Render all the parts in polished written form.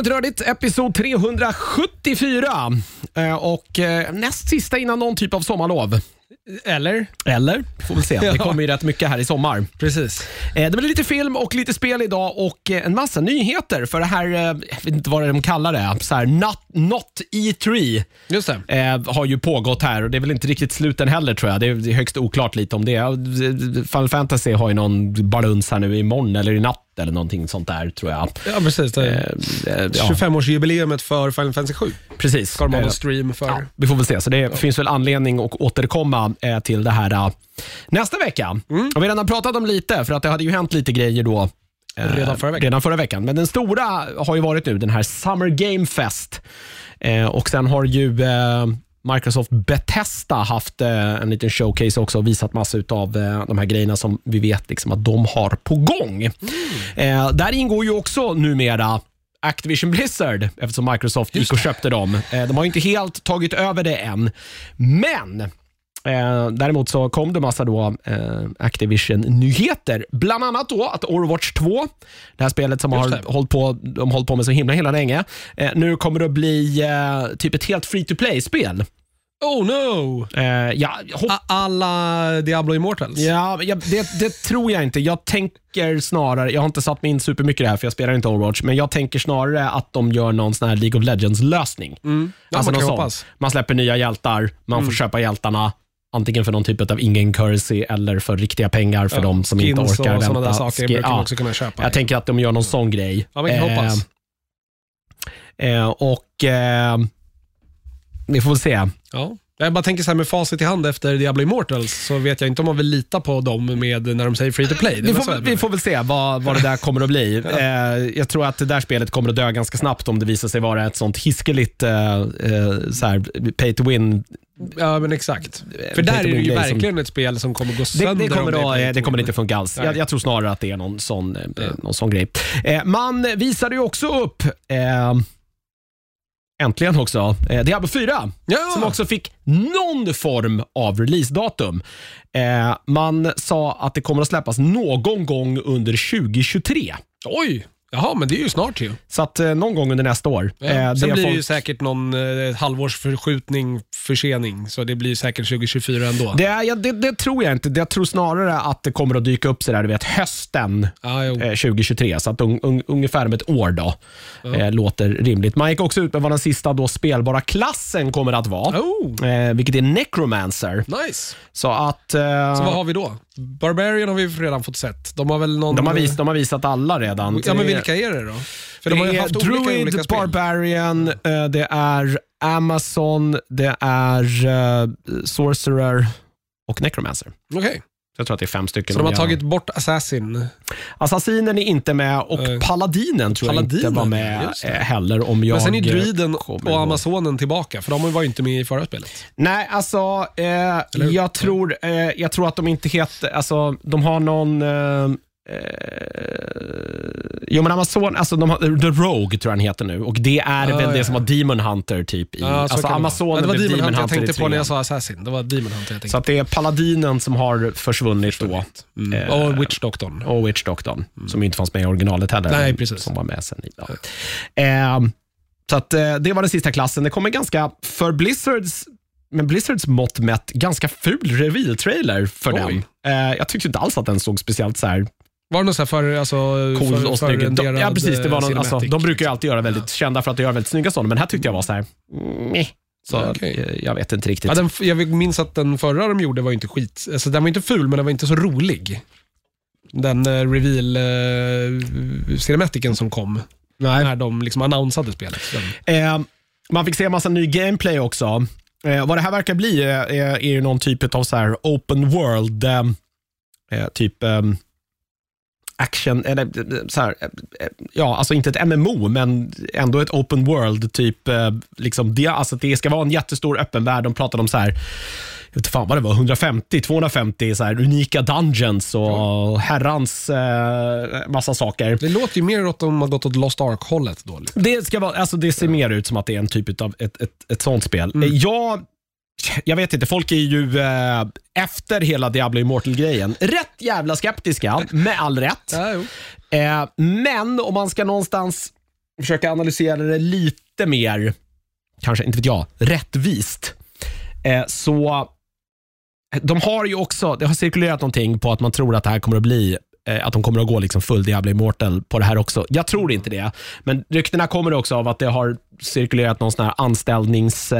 Långt rördigt, episod 374 och näst sista innan någon typ av sommarlov. Eller, får vi se. Det kommer ju rätt mycket här i sommar. Precis. Det blir lite film och lite spel idag och en massa nyheter för det här, jag vet inte vad de kallar det, så här not E3. Just det. Har ju pågått här och det är väl inte riktigt sluten heller, tror jag. Det är högst oklart lite om det. Final Fantasy har ju någon baluns här nu imorgon eller i natt eller någonting sånt där, tror jag. Ja, precis. 25-årsjubileumet för Final Fantasy 7. Precis. Ska de ha en stream för? Ja, vi får väl se. Så det finns väl anledning att återkomma till det här nästa vecka. Och vi har redan pratat om lite, för att det hade ju hänt lite grejer då redan förra veckan. Men den stora har ju varit nu, den här Summer Game Fest. Och sen har ju Microsoft Bethesda haft en liten showcase också och visat massa av de här grejerna som vi vet liksom att de har på gång. Där ingår ju också numera Activision Blizzard, eftersom Microsoft gick och köpte dem. De har ju inte helt tagit över det än. Men däremot så kom det massa då Activision-nyheter. Bland annat då att Overwatch 2, det här spelet som har hållit på med så himla länge, nu kommer det att bli typ ett helt free-to-play-spel. Oh no! Alla Diablo Immortals? Ja, det tror jag inte. Jag tänker snarare, jag har inte satt mig in supermycket i det här för jag spelar inte Overwatch, men jag tänker snarare att de gör någon sån här League of Legends-lösning. Alltså man släpper nya hjältar, man får köpa hjältarna antingen för någon typ av in-game currency eller för riktiga pengar för de som inte orkar vänta. Där saker brukar man också kunna köpa. Jag tänker att de gör någon sån grej. Ja, men hoppas. Vi får se. Ja. Jag bara tänker så här med facit i hand efter Diablo Immortals, så vet jag inte om man vill lita på dem med när de säger free to play. Vi får väl se vad det där kommer att bli. Jag tror att det där spelet kommer att dö ganska snabbt om det visar sig vara ett sånt hiskeligt så här, pay to win. Ja, men exakt. För där är det ju verkligen ett spel som kommer gå sönder. Det kommer inte funka alls. Jag tror snarare att det är någon sån grej. Man visade ju också upp äntligen också Diablo 4, som också fick någon form av releasedatum. Man sa att det kommer att släppas någon gång under 2023. Oj! Jaha, men det är ju snart ju. Så att någon gång under nästa år. Sen blir det ju säkert någon halvårs försening, så det blir säkert 2024 ändå. Det tror jag inte. Jag tror snarare att det kommer att dyka upp så där, du vet, hösten 2023. Så att ungefär med ett år då låter rimligt. Man gick också ut med vad den sista då spelbara klassen kommer att vara. Vilket är Necromancer. Nice. Så vad har vi då? Barbarian har vi redan fått sett. De har väl någon... De har visat alla redan. Ja, men vilka är det då? För de har ju haft olika Barbarian, det är Amazon, det är Sorcerer och Necromancer. Okej. Jag tror att det är 5 stycken. Så de har tagit bort Assassinen är inte med och Paladinen tror jag inte var med heller. Men sen är Druiden och Amazonen tillbaka, för de var ju inte med i förra spelet. Nej, alltså jag tror att de inte heter, alltså de har någon men Amazon, alltså The Rogue tror jag han heter nu, och det är väl det som har Demon Hunter typ i. Alltså Amazon, det var Demon Hunter jag tänkte på när jag sa Assassin. Det var Demon Hunter jag tänkte. Så att det är Paladinen som har försvunnit då. Och Witch Doctorn. Som inte fanns med i originalet heller. Nej, precis. Som var med sen i. Så att det var den sista klassen. Det kommer ganska för Blizzards mått mätt ganska ful reveal-trailer för den. Jag tyckte inte alls att den såg speciellt så här. Var det något så här cool och snygg? Ja, precis. Det var någon, alltså, de brukar ju alltid göra väldigt kända för att göra väldigt snygga sådana, men här tyckte jag var så här. Så jag vet inte riktigt. Ja, jag minns att den förra de gjorde var inte skit. Alltså, den var inte ful, men den var inte så rolig. Den reveal-cinematiken som kom. När de liksom annonsade spelet. Man fick se en massa ny gameplay också. Vad det här verkar bli är ju någon typ av så här open world typ action eller så här, alltså inte ett MMO men ändå ett open world typ liksom det ska vara en jättestor öppen värld. De pratade om så här, jag vet fan vad det var, 150-250 så här unika dungeons och herrans massa saker. Det låter ju mer åt de har gått åt Lost Ark-hållet då. Det ska vara, alltså det ser mer ut som att det är en typ av ett sånt spel. Jag vet inte, folk är ju efter hela Diablo Immortal-grejen rätt jävla skeptiska, med all rätt. Men om man ska någonstans försöka analysera det lite mer, kanske inte vet jag, rättvist, så de har ju också, det har cirkulerat någonting på att man tror att det här kommer att bli, att de kommer att gå liksom full Diablo Immortal på det här också. Jag tror inte det, men ryktena kommer också av att det har cirkulerat någon sån här anställnings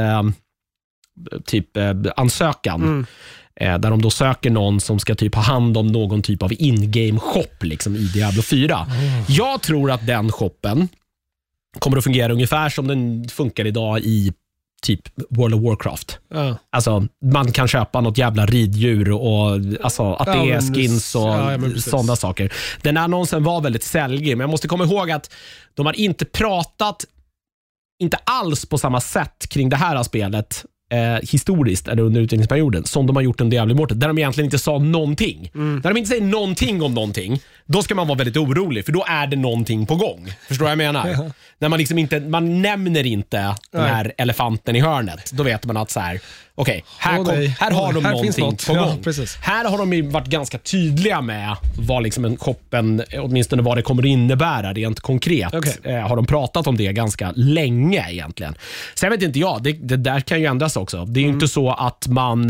ansökan, där de då söker någon som ska typ ha hand om någon typ av in-game shop liksom i Diablo 4. Jag tror att den shoppen kommer att fungera ungefär som den funkar idag i typ World of Warcraft. Alltså, man kan köpa något jävla riddjur och alltså, att det är skins och sådana saker. Den annonsen var väldigt säljig, men jag måste komma ihåg att de har inte pratat inte alls på samma sätt kring det här spelet historiskt eller under utvecklingsperioden som de har gjort en Diablo Immortal, där de egentligen inte sa någonting. När de inte säger någonting om någonting, då ska man vara väldigt orolig, för då är det någonting på gång. Förstår vad jag menar? När man liksom inte, man nämner inte den här elefanten i hörnet, då vet man att så här, okej, här har de någonting på gång. Här har de ju varit ganska tydliga med vad liksom en shoppen, åtminstone vad det kommer att innebära rent konkret. Har de pratat om det ganska länge egentligen. Sen vet inte jag, det där kan ju ändras också. Det är ju inte så att man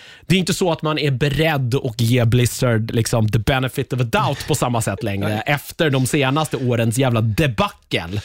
är beredd att ge Blizzard liksom the benefit of a doubt på samma sätt längre efter de senaste årens jävla debacle.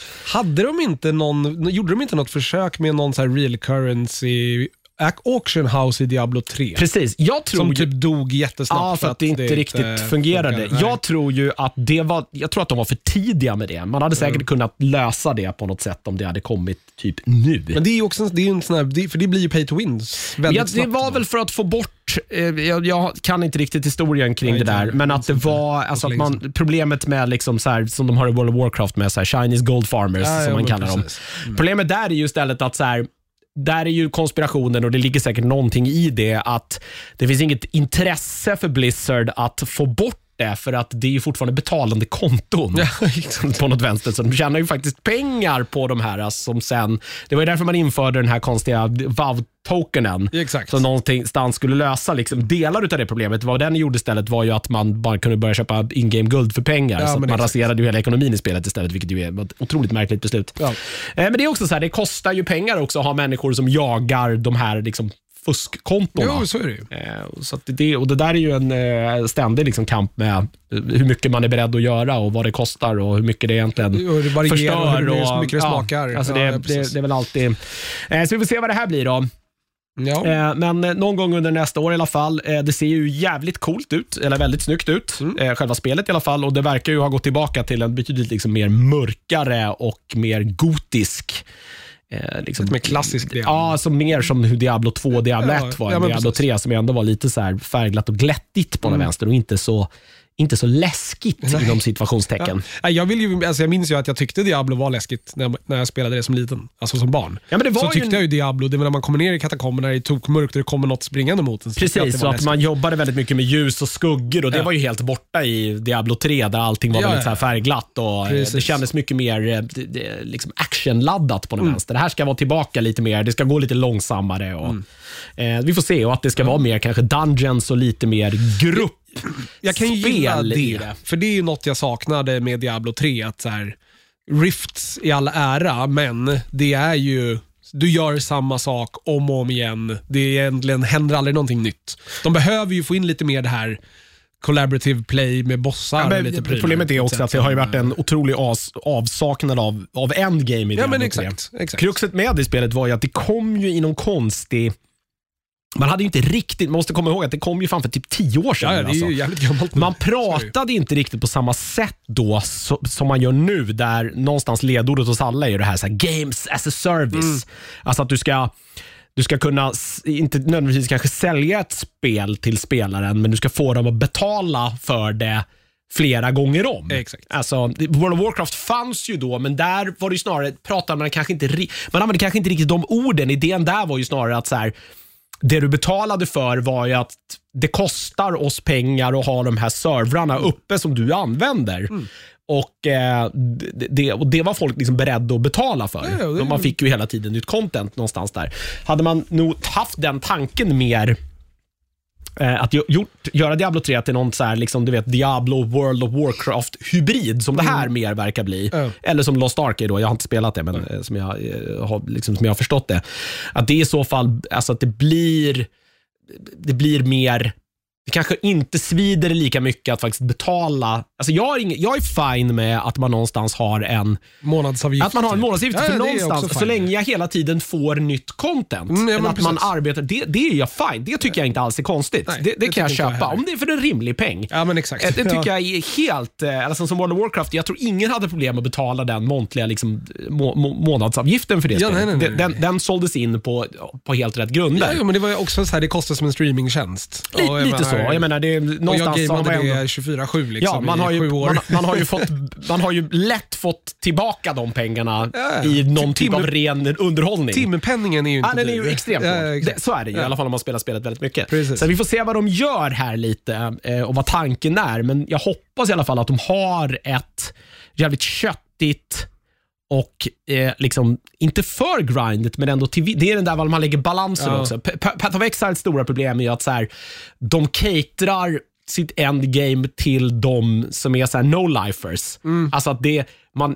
Gjorde de inte något försök med någon så här real currency auction house i Diablo 3? Precis, jag tror som typ dog jättesnabbt för att det inte riktigt fungerade. Jag tror ju att att de var för tidiga med det. Man hade säkert kunnat lösa det på något sätt om det hade kommit typ nu. Men det är ju också en sån här, för det blir ju pay to win väldigt snabbt. Det var väl för att få bort, jag kan inte riktigt historien kring det där, men att det var alltså att man, problemet med liksom så här, som de har i World of Warcraft med så här Chinese gold farmers som man kallar dem. Problemet där är ju istället att så här, där är ju konspirationen, och det ligger säkert någonting i det, att det finns inget intresse för Blizzard att få bort det, för att det är ju fortfarande betalande konton på något vänster, så de tjänar ju faktiskt pengar på de här som sen, det var ju därför man införde den här konstiga WoW-tokenen som någonstans skulle lösa liksom delar utav det problemet. Vad den gjorde istället var ju att man bara kunde börja köpa in-game guld för pengar, så att man raserade ju hela ekonomin i spelet istället, vilket ju är ett otroligt märkligt beslut. Men det är också så här, det kostar ju pengar också att ha människor som jagar de här liksom fuskkontorna. Jo, så är det ju. Så att det där är ju en ständig liksom kamp med hur mycket man är beredd att göra och vad det kostar och hur mycket det egentligen förstör och hur mycket det smakar. Alltså det är väl alltid. Så vi får se vad det här blir då. Men någon gång under nästa år i alla fall. Det ser ju jävligt coolt ut, eller väldigt snyggt ut, själva spelet i alla fall, och det verkar ju ha gått tillbaka till en betydligt liksom mer mörkare och mer gotisk liksom, med klassisk Diablo. Ja, som mer som hur Diablo 2 och Diablo 1 var. Diablo 3 som ändå var lite så här färgglatt och glättigt på den vänster, och inte så läskigt inom situationstecken. Jag minns ju att jag tyckte Diablo var läskigt när jag spelade det som liten, alltså som barn. Men det var så tyckte jag ju Diablo, det var när man kommer ner i katakomberna, det tog mörkt och det kommer något springande mot en. Precis, så att man jobbade väldigt mycket med ljus och skuggor, och det var ju helt borta i Diablo 3 där allting var väldigt så här färgglatt, och det kändes mycket mer liksom actionladdat på den vänster. Det här ska vara tillbaka lite mer, det ska gå lite långsammare och vi får se, och att det ska vara mer kanske dungeons och lite mer grupp. Jag kan ju gilla det, för det är ju något jag saknade med Diablo 3, att så här, rifts i all ära, men det är ju, du gör samma sak om och om igen. Det egentligen händer aldrig någonting nytt. De behöver ju få in lite mer det här collaborative play med bossar. Lite problemet är också att det har ju varit en otrolig avsaknad av endgame i Diablo 3. Exakt. Kruxet med det spelet var ju att det kom ju i någon konstig. Man hade ju inte riktigt, man måste komma ihåg att det kom ju fan för typ 10 år sedan. Ja, det är ju jävligt gammalt. Man pratade inte riktigt på samma sätt då som man gör nu, där någonstans ledordet hos alla är det här, så här games as a service. Alltså att du ska kunna, inte nödvändigtvis kanske sälja ett spel till spelaren, men du ska få dem att betala för det flera gånger om. Exakt. Alltså, World of Warcraft fanns ju då, men där var det ju snarare, man använde kanske inte riktigt de orden. Idén där var ju snarare att så här, det du betalade för var ju att det kostar oss pengar att ha de här servrarna uppe som du använder. Och det var folk liksom beredda att betala för. Man fick ju hela tiden nytt content någonstans där. Hade man nog haft den tanken mer Att göra Diablo 3 till någon så här, liksom, du vet, Diablo World of Warcraft hybrid som det här mer verkar bli. Eller som Lost Ark är då, jag har inte spelat det, men som jag har förstått det. Att det i så fall, alltså att det blir mer, det kanske inte svider lika mycket att faktiskt betala. Alltså jag är fine med att man någonstans har en månadsavgift. Att man har en månadsavgift för någonstans, så länge jag hela tiden får nytt content. Eller att man arbetar, det är jag fine. Det tycker jag inte alls är konstigt. Nej, det kan jag köpa, om det är för en rimlig peng. Ja, men exakt. Det tycker jag är helt, alltså som World of Warcraft, jag tror ingen hade problem att betala den måntliga liksom, månadsavgiften för det spelet. Den såldes in på helt rätt grunder. Ja, men det var ju också så här, det kostar som en streamingtjänst. Lite så. Jag menar, det är någonstans, jag gamade det 24/7 liksom, ja, man har ju lätt fått tillbaka de pengarna i någon typ av ren underhållning. Timpenningen är ju inte den är ju extremt så är det ju, i alla fall om man spelar spelet väldigt mycket. Precis. Så vi får se vad de gör här lite och vad tanken är, men jag hoppas i alla fall att de har ett jävligt köttigt och liksom inte för grindet, men ändå det är den där vad man lägger balansen också. Path of Exiles stora problem är ju att så här, de caterar sitt endgame till de som är så här no-lifers. Alltså att det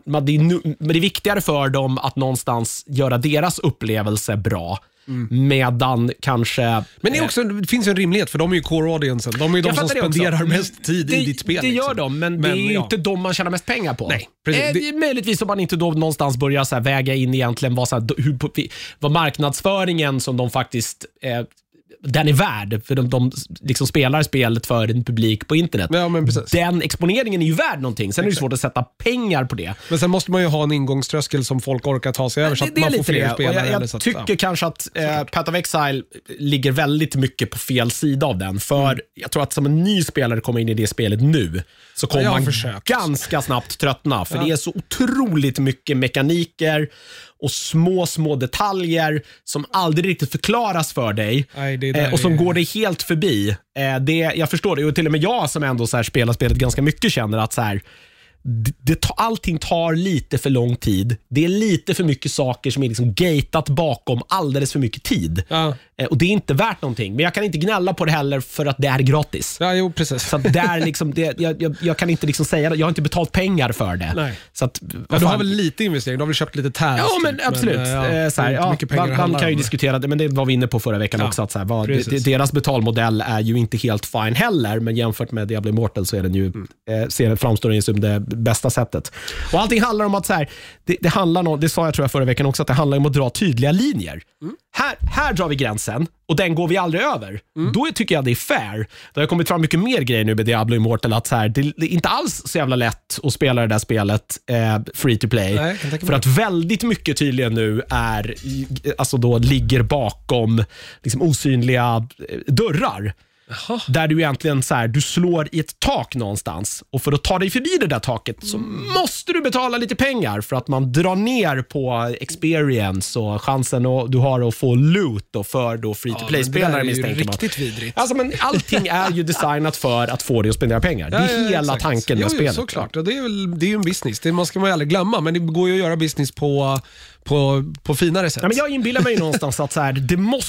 är viktigare för dem att någonstans göra deras upplevelse bra. Medan kanske... Men det finns ju en rimlighet, för de är ju core audiencen. De är ju de som spenderar mest tid i ditt spel. Det gör de, men det är ju inte de man tjänar mest pengar på. Nej, möjligtvis om man inte då någonstans börjar så här väga in egentligen vad marknadsföringen som de faktiskt... den är värd, för de liksom spelar spelet för en publik på internet. Ja, men precis. Den exponeringen är ju värd någonting. Sen är det svårt att sätta pengar på det. Men sen måste man ju ha en ingångströskel som folk orkar ta sig över, så att man får fler spelare. Jag tycker kanske att Path of Exile ligger väldigt mycket på fel sida av den. För jag tror att som en ny spelare kommer in i det spelet nu, så kommer man ganska snabbt tröttna. För det är så otroligt mycket mekaniker och små detaljer som aldrig riktigt förklaras för dig. Och som går dig helt förbi. Jag förstår det, och till och med jag som ändå så här spelar spelet ganska mycket känner att så här, allting tar lite för lång tid. Det är lite för mycket saker som är liksom gatat bakom alldeles för mycket tid. Och det är inte värt någonting. Men jag kan inte gnälla på det heller, för att det är gratis. Ja, jo, precis. Så att där liksom, jag kan inte liksom säga det. Jag har inte betalt pengar för det. Nej. Så att, du har väl lite investering? Du har väl köpt lite task? Ja, men absolut. Man kan ju diskutera det, men det var vi inne på förra veckan också. Att så här, deras betalmodell är ju inte helt fine heller, men jämfört med Diablo Immortal så är den ju, framstår den som det bästa sättet. Och allting handlar om att så här, det handlar om, det sa jag tror jag förra veckan också, att det handlar om att dra tydliga linjer. Här drar vi gränsen och den går vi aldrig över. Då tycker jag det är fair. Det har kommit fram mycket mer grejer nu med Diablo Immortal, att så här, det är inte alls så jävla lätt att spela det där spelet free to play. Nej, för att väldigt mycket tydligen nu är, alltså då ligger bakom liksom osynliga dörrar. Aha. Där du egentligen så här, du slår i ett tak någonstans, och för att ta dig förbi det där taket så måste du betala lite pengar, för att man drar ner på experience och chansen du har att få loot och för då free to play-spelare, misstänker man. Riktigt vidrigt. Alltså, men allting är ju designat för att få dig att spendera pengar. Det är hela tanken med spelet. Såklart. Det är ju en business. Det ska man ju aldrig glömma, men det går ju att göra business på finare sätt. Ja, men jag inbillar mig någonstans att så här,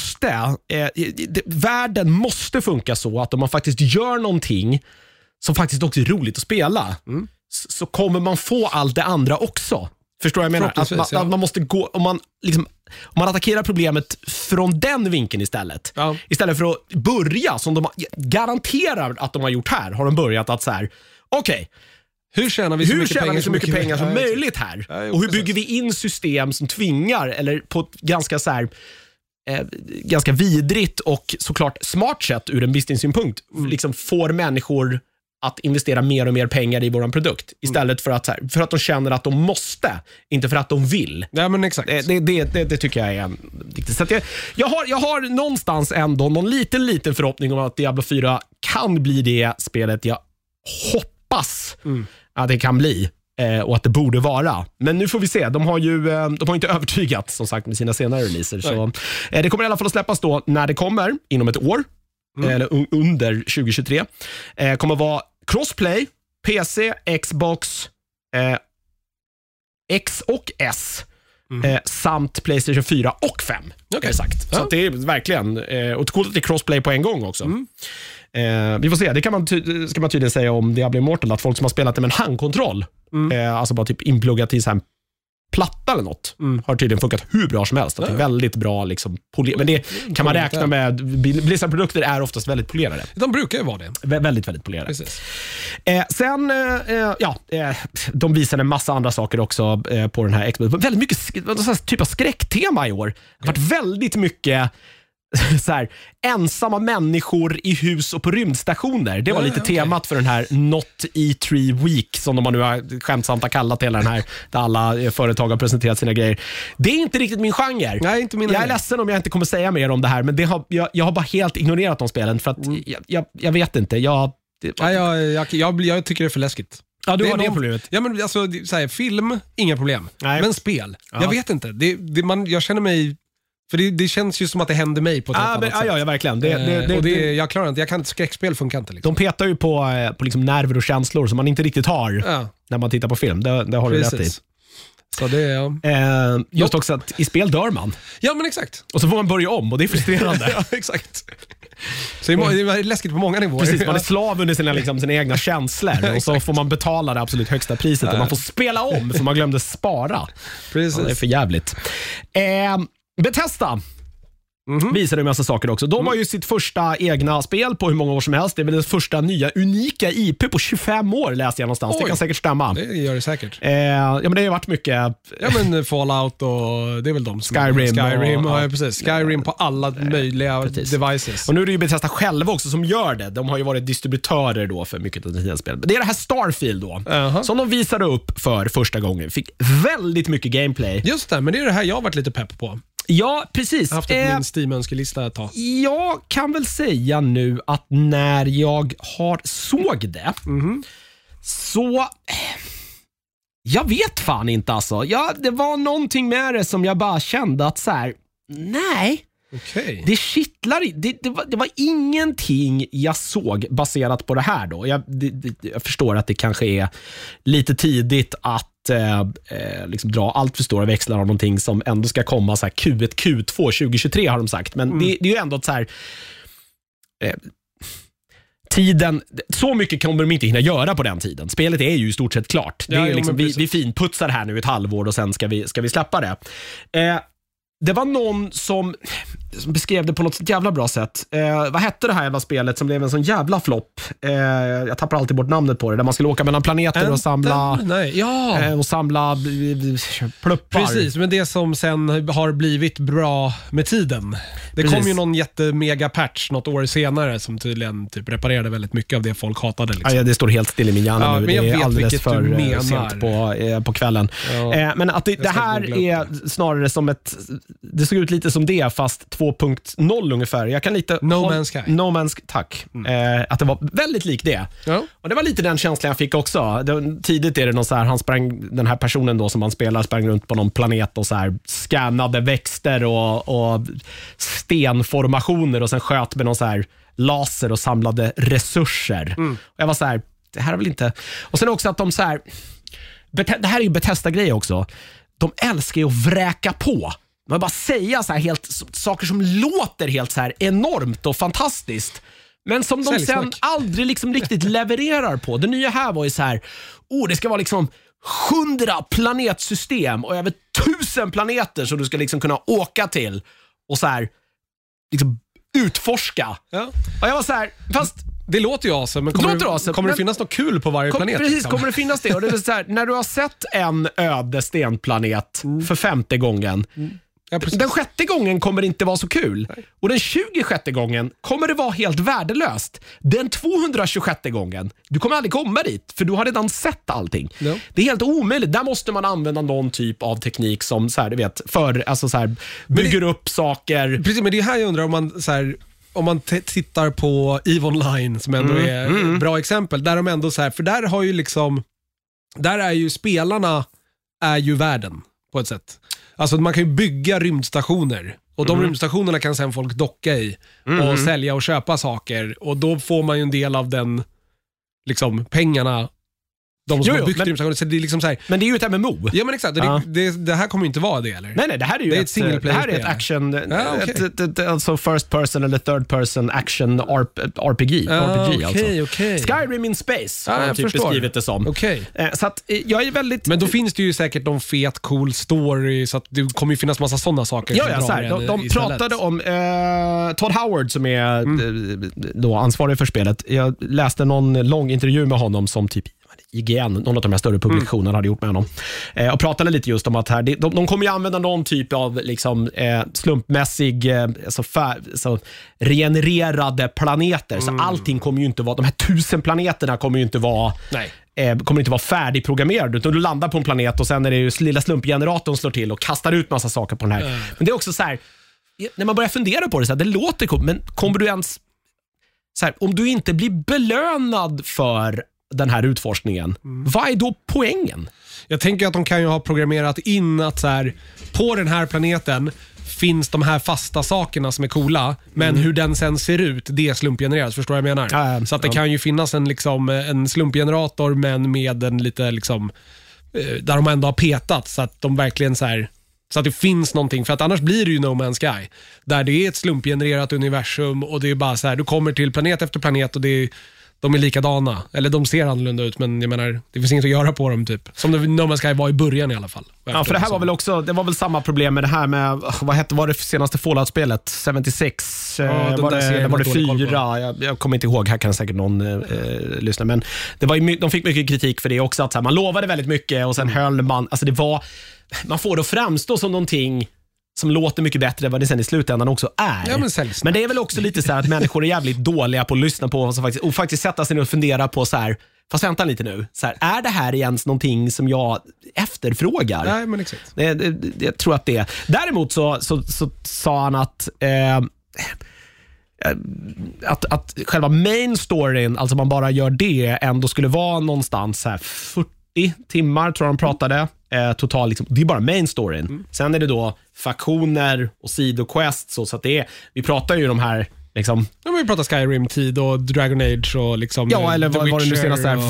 världen måste funka så att om man faktiskt gör någonting som faktiskt också är roligt att spela, så kommer man få allt det andra också. Förstår jag menar? Att man måste gå, om man attackerar problemet från den vinkeln istället. Ja. Istället för att börja som de garanterar att de har gjort här, har de börjat att så här, okej, hur tjänar vi så mycket pengar som möjligt här? Och hur bygger vi in system som tvingar, eller på ett ganska så här, ganska vidrigt och såklart smart sätt ur en business-synpunkt, liksom får människor att investera mer och mer pengar i våran produkt, istället för att de känner att de måste, inte för att de vill. Ja, men exakt. Det tycker jag är viktigt. Så att jag har någonstans ändå någon liten förhoppning om att Diablo 4 kan bli det spelet jag hoppas att det kan bli, och att det borde vara. Men nu får vi se. De har inte övertygat, som sagt, med sina senare releaser. Så, det kommer i alla fall att släppas då när det kommer, inom ett år. Eller under 2023. Kommer vara crossplay, PC, Xbox, X och S. samt PlayStation 4 och 5. Okay. Exakt. Så att det är verkligen, och det är coolt att det är crossplay på en gång också. Vi får se, det ska man tydligen säga om Diablo Immortal, att folk som har spelat det med en handkontroll, alltså bara typ inpluggat i så här platta eller något, har tydligen funkat hur bra som helst. Att det är väldigt bra liksom, men det kan man räkna med. Blizzard-produkter är oftast väldigt polerade. De brukar ju vara det. Väldigt, väldigt polerade. Sen, de visade en massa andra saker också på den här Xbox. Väldigt mycket typ av skräcktema i år. Det har varit väldigt mycket så här, ensamma människor i hus och på rymdstationer. Det var lite temat för den här Not E3 Week, som de nu har skämtsamt har kallat hela den här, där alla företag har presenterat sina grejer. Det är inte riktigt min genre. Nej, inte min. Jag är ledsen om jag inte kommer säga mer om det här, men jag har bara helt ignorerat de spelen för att jag vet inte. Jag tycker det är för läskigt. Ja, du har det problemet. Ja, men alltså, så här, film, inga problem. Nej. Men spel, jag vet inte. Jag känner mig... För det känns ju som att det händer mig på ett annat sätt. Ja, verkligen. Jag klarar inte. Jag kan inte, skräckspel funkar inte. Liksom. De petar ju på liksom nerver och känslor som man inte riktigt har när man tittar på film. Det har du rätt i. Så det, just också att i spel dör man. Ja, men exakt. Och så får man börja om och det är frustrerande. Ja, exakt. Så det är läskigt på många nivåer. Precis, man är slav under sina egna känslor. Och så får man betala det absolut högsta priset. Och man får spela om för man glömde spara. Precis. Ja, det är för jävligt. Bethesda visade en massa saker också. De har ju sitt första egna spel på hur många år som helst. Det är väl det första nya unika IP på 25 år, läste jag någonstans. Det kan säkert stämma. Det gör det säkert. Ja, men det har ju varit mycket... Ja, men Fallout och det är väl de. Skyrim. Precis. Skyrim på alla möjliga devices. Och nu är det ju Bethesda själva också som gör det. De har ju varit distributörer då för mycket av det spel. Det är det här Starfield då, som de visade upp för första gången. Fick väldigt mycket gameplay. Just det, men det är det här jag har varit lite pepp på. Ja, precis. Jag har haft min Steam-önskelista ett tag. Jag kan väl säga nu att när jag såg det så... Jag vet fan inte alltså. Det var någonting med det som jag bara kände att så här, nej. Okay. Det kittlar. Det var ingenting jag såg baserat på det här då. Jag förstår att det kanske är lite tidigt att liksom dra allt för stora växlar av någonting som ändå ska komma så här Q1, Q2 2023 har de sagt. Men det är ju ändå så här... tiden, så mycket kommer de inte hinna göra på den tiden. Spelet är ju i stort sett klart. Det är liksom, vi finputsar här nu ett halvår och sen ska vi släppa det. Det var någon som beskrev det på något jävla bra sätt. Vad hette det här jävla spelet som blev en sån jävla flopp? Jag tappar alltid bort namnet på det. Där man skulle åka mellan planeter och samla och samla pluppar. Precis, men det som sen har blivit bra med tiden. Det kom ju någon jättemega patch något år senare som tydligen typ reparerade väldigt mycket av det folk hatade. Liksom. Ja, det står helt still i min hjärna nu. Men det är alldeles för sent på kvällen. Men att det här är snarare som det såg ut lite som det fast 2.0 ungefär. Jag kan lite No Man's Sky. No Man's, tack. Att det var väldigt likt det. Ja. Och det var lite den känslan jag fick också. Tidigt är det någon så här, den här personen då som man spelar sprang runt på någon planet och så här scannade växter och stenformationer och sen sköt med någon så här laser och samlade resurser. Och jag var så här, det här är väl inte... Och sen också att de så här, det här är ju Bethesda-grej också. De älskar ju att vräka på. Man bara säga så här helt saker som låter helt så här enormt och fantastiskt, men som de sen aldrig liksom riktigt levererar på. Det nya här var ju så här, det ska vara liksom 100 planetsystem och över 1000 planeter som du ska liksom kunna åka till och så här liksom utforska. Ja. Och jag var så här, fast det låter ju awesome, men kommer det finnas något kul på varje planet? Precis, kommer det finnas det? Och det är så här, när du har sett en öde stenplanet för 5:e gången, den 6:e gången kommer det inte vara så kul. Nej. Och den 26:e gången kommer det vara helt värdelöst. Den 226:e gången, du kommer aldrig komma dit, för du har redan sett allting. No. Det är helt omöjligt. Där måste man använda någon typ av teknik som så här, du vet, alltså så här, bygger upp saker. Precis, men det är här jag undrar om man så här, om man tittar på EVE Online som ändå är ett bra exempel, där de ändå så här, för där har ju liksom, där är ju spelarna är ju världen på ett sätt. Alltså man kan ju bygga rymdstationer och de rymdstationerna kan sen folk docka i och sälja och köpa saker, och då får man ju en del av den liksom pengarna De som har byggt rymdstationen. Så det är liksom så här, men det är ju ett MMO. Ja, men exakt. Det här kommer ju inte vara det, eller? Nej, det här är ju ett single player. Det här är ett action, alltså first person eller third person action RPG. Okay. Skyrim in space har typ beskrivit det som. Så att jag är väldigt... Men då finns det ju säkert någon fet, cool story, så att det kommer ju finnas massa sådana saker. De pratade om Todd Howard som är då ansvarig för spelet. Jag läste någon lång intervju med honom som typ IGN, någon av de här större publikationerna hade gjort med honom. Och pratade lite just om att här, de kommer ju använda någon typ av liksom, slumpmässig så regenererade planeter. Så allting kommer ju inte vara, de här 1000 planeterna kommer ju inte vara kommer inte vara färdigprogrammerade, utan du landar på en planet och sen är det ju lilla slumpgeneratorn slår till och kastar ut massa saker på den här. Men det är också så här, när man börjar fundera på det så här, det låter coolt, men kommer du ens så här, om du inte blir belönad för den här utforskningen, vad är då poängen? Jag tänker att de kan ju ha programmerat in att så här, på den här planeten finns de här fasta sakerna som är coola, men hur den sen ser ut, det är slumpgenererat, förstår jag menar? Så att det kan ju finnas en slumpgenerator, men med en lite liksom, där de ändå har petat så att de verkligen så här, så att det finns någonting, för att annars blir det ju No Man's Sky, där det är ett slumpgenererat universum och det är bara så här, du kommer till planet efter planet och de är likadana, eller de ser annorlunda ut, men jag menar, det finns inget att göra på dem typ. Som No Man's Sky var i början i alla fall. Ja, för det här var väl också, det var väl samma problem med det här med, var det senaste Fallout-spelet? 76? Var det 4? Jag kommer inte ihåg, här kan säkert någon lyssna, men det var ju, de fick mycket kritik för det också, att så här, man lovade väldigt mycket och sen höll man, alltså det var, man får det att framstå som någonting som låter mycket bättre än vad det sen i slutändan också är. Ja, men det är väl också lite så här att människor är jävligt dåliga på att lyssna på och faktiskt sätta sig ner och fundera på så här, fast vänta lite nu. Så här, är det här ens någonting som jag efterfrågar? Nej, men exakt. Jag tror att det är. Däremot så sa han att själva main storyn, alltså man bara gör det, ändå skulle vara någonstans så här 40 timmar tror jag de pratade. Total, liksom, det är bara main storyn. Sen är det då faktioner och sidoquests, så att det är, vi pratar ju de här liksom, ja, men vi pratar Skyrim-tid och Dragon Age och liksom, ja, eller vad var det nu senast där,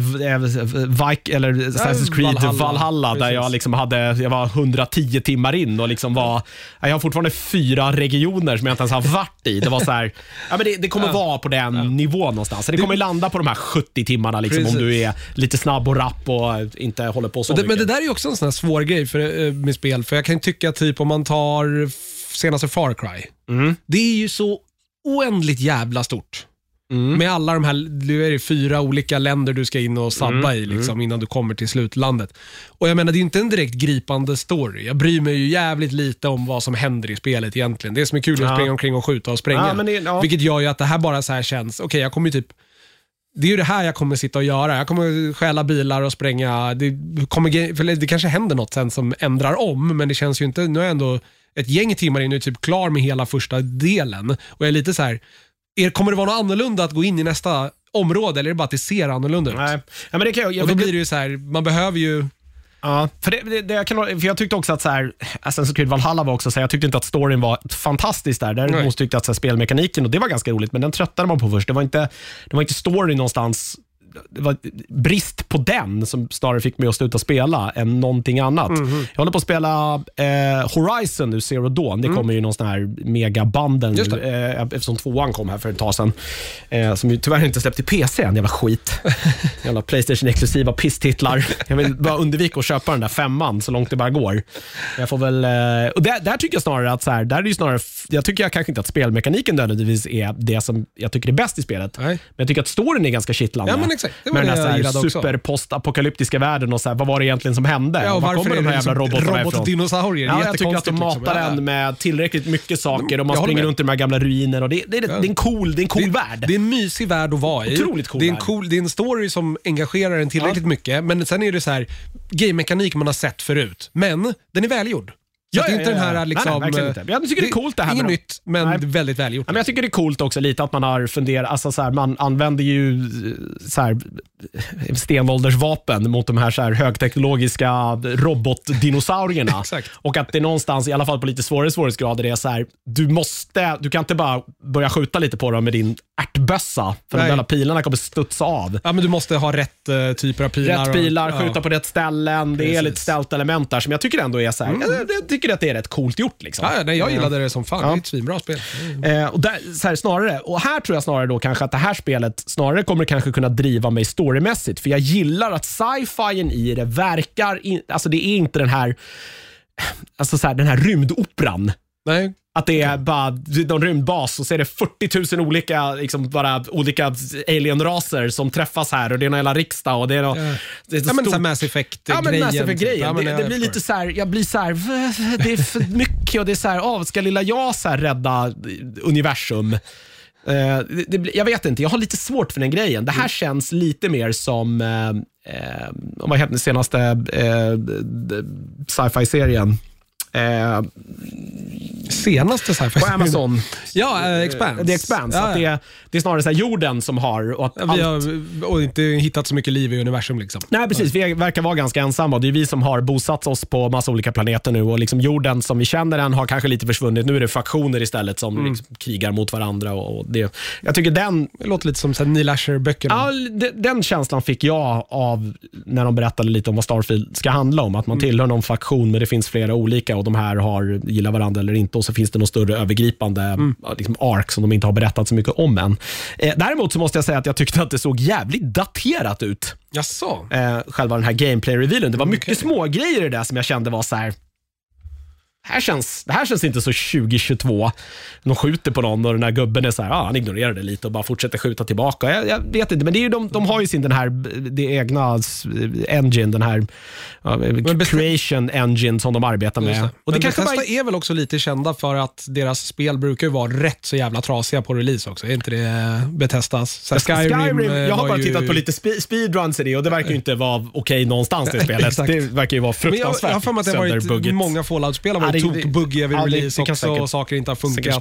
eller Assassin's Creed Valhalla där jag liksom jag var 110 timmar in och liksom jag har fortfarande 4 regioner som jag inte ens har varit i. Det var så här, ja, men det kommer vara på den nivån någonstans. Så det kommer landa på de här 70 timmarna liksom, om du är lite snabb och rapp och inte håller på så mycket. Men det där är ju också en sån här svår grej med spel, för jag kan tycka typ om man tar senaste Far Cry. Det är ju så oändligt jävla stort. Med alla de här, det är 4 olika länder du ska in och sabba i liksom, innan du kommer till slutlandet. Och jag menar, det är ju inte en direkt gripande story. Jag bryr mig ju jävligt lite om vad som händer i spelet egentligen. Det är som är kul att springa omkring och skjuta och spränga. Vilket gör ju att det här bara så här känns, okej, jag kommer ju typ, det är ju det här jag kommer sitta och göra. Jag kommer stjäla bilar och spränga. Det kanske händer något sen som ändrar om, men det känns ju inte, nu är jag ändå ett gäng timmar in och är typ klar med hela första delen. Och jag är lite så här, kommer det vara något annorlunda att gå in i nästa område, eller är det bara att det ser annorlunda ut? Nej. Ja, men det kan och då blir det ju så här, man behöver ju... Ja, för jag tyckte också att så här, Assassin's Creed Valhalla var också så här, jag tyckte inte att storyn var fantastisk där. Däremot tyckte jag att så här, spelmekaniken, och det var ganska roligt, men den tröttade man på först. Det var inte storyn någonstans, det var brist på den som snarare fick mig att sluta spela än någonting annat. Jag håller på att spela Horizon nu, Zero Dawn. Det kommer ju någon sån här megabanden nu, eftersom 2an kom här för ett tag sedan, som ju tyvärr inte släppt till PC än. Jävla skit. Jävla PlayStation-exklusiva pisstitlar. Jag vill bara undvika att köpa den där 5an så långt det bara går. Jag får väl, och där tycker jag snarare att så här, där är det ju snarare, jag tycker jag kanske inte att spelmekaniken nödvändigtvis är det som jag tycker är bäst i spelet. Men jag tycker att storyn är ganska kittlande. Ja, men exakt. Med den här superpostapokalyptiska världen och så här, vad var det egentligen som hände? Ja, och var kommer de här jävla robotarna ifrån? Robotdinosaurier. Ja, jag tycker att de matar den med tillräckligt mycket saker och man springer runt i de här gamla ruiner och det är en cool värld. Det är en mysig värld att vara i. Otroligt cool värld. Det är en story som engagerar en tillräckligt mycket, men sen är det så här game-mekanik man har sett förut, men den är välgjord. Så det är inte den här liksom, verkligen inte. Jag tycker det är coolt det här. Inget nytt, men väldigt välgjort. Ja, men jag tycker det är coolt också lite att man har funderat, alltså så här, man använder ju så här stenåldersvapen mot de här, så här högteknologiska robotdinosaurierna. Och att det någonstans, i alla fall på lite svårare svårighetsgrader, är så här, du kan inte bara börja skjuta lite på dem med din ärtbössa. För de där pilarna kommer studsa av. Ja, men du måste ha rätt typer av pilar. Rätt pilar, skjuta på rätt ställen. Det är lite stealth-element där som jag tycker ändå är så här. Jag tycker att det är rätt coolt gjort. Liksom. Ja, jag gillade det som fan. Det är ett svinbra spel. Och där, så här tror jag snarare då kanske att det här spelet snarare kommer kanske kunna driva mig storymässigt. För jag gillar att sci-fien i det verkar... alltså det är inte den här... Alltså så här, den här rymdoperan. Nej. Att det är bara någon rymdbas och så är det 40 000 olika, liksom bara olika alien-raser som träffas här och det är någon jävla riksdag och det är något... Det är men så Mass Effect-grejen. Ja, men Mass Effect-grejen. Det blir lite så här, jag blir så här, det är för mycket och det är så här, ska lilla jag så här rädda universum? Jag vet inte, jag har lite svårt för den grejen. Det här känns lite mer som vad heter den senaste sci-fi-serien? Senaste sci-fi på Amazon. Expanse. The Expanse. Att det är snarare så här jorden som har... Och vi har inte hittat så mycket liv i universum. Liksom. Nej, precis. Vi verkar vara ganska ensamma. Och det är vi som har bosatt oss på massa olika planeter nu. Och liksom jorden som vi känner den har kanske lite försvunnit. Nu är det faktioner istället som liksom krigar mot varandra. Och det, jag tycker det låter lite som Neil Asher-böckerna. Ja, den känslan fick jag av när de berättade lite om vad Starfield ska handla om. Att man tillhör någon faktion, men det finns flera olika och de här gillar varandra eller inte, och så finns det någon större övergripande liksom arc som de inte har berättat så mycket om än. Däremot så måste jag säga att jag tyckte att det såg jävligt daterat ut. Jaså? Själva den här gameplay-revealen. Det var mycket små grejer i det som jag kände var så här. Det här känns inte så 2022. De skjuter på någon och den här gubben är så här, han ignorerar det lite och bara fortsätter skjuta tillbaka. Jag vet inte, men det är ju de har ju sin den här det egna engine, den här creation engine som de arbetar med. Och det kanske Bethesda är väl också lite kända för att deras spel brukar ju vara rätt så jävla trasiga på release också. Är inte det Bethesdas? Skyrim, jag har bara tittat på lite speedruns i det och det verkar ju inte vara okej någonstans i spelet. Det verkar ju vara fruktansvärt. Jag har för mig att det har varit många Fallout-spel tokbuggiga vid release också och saker inte har funkat.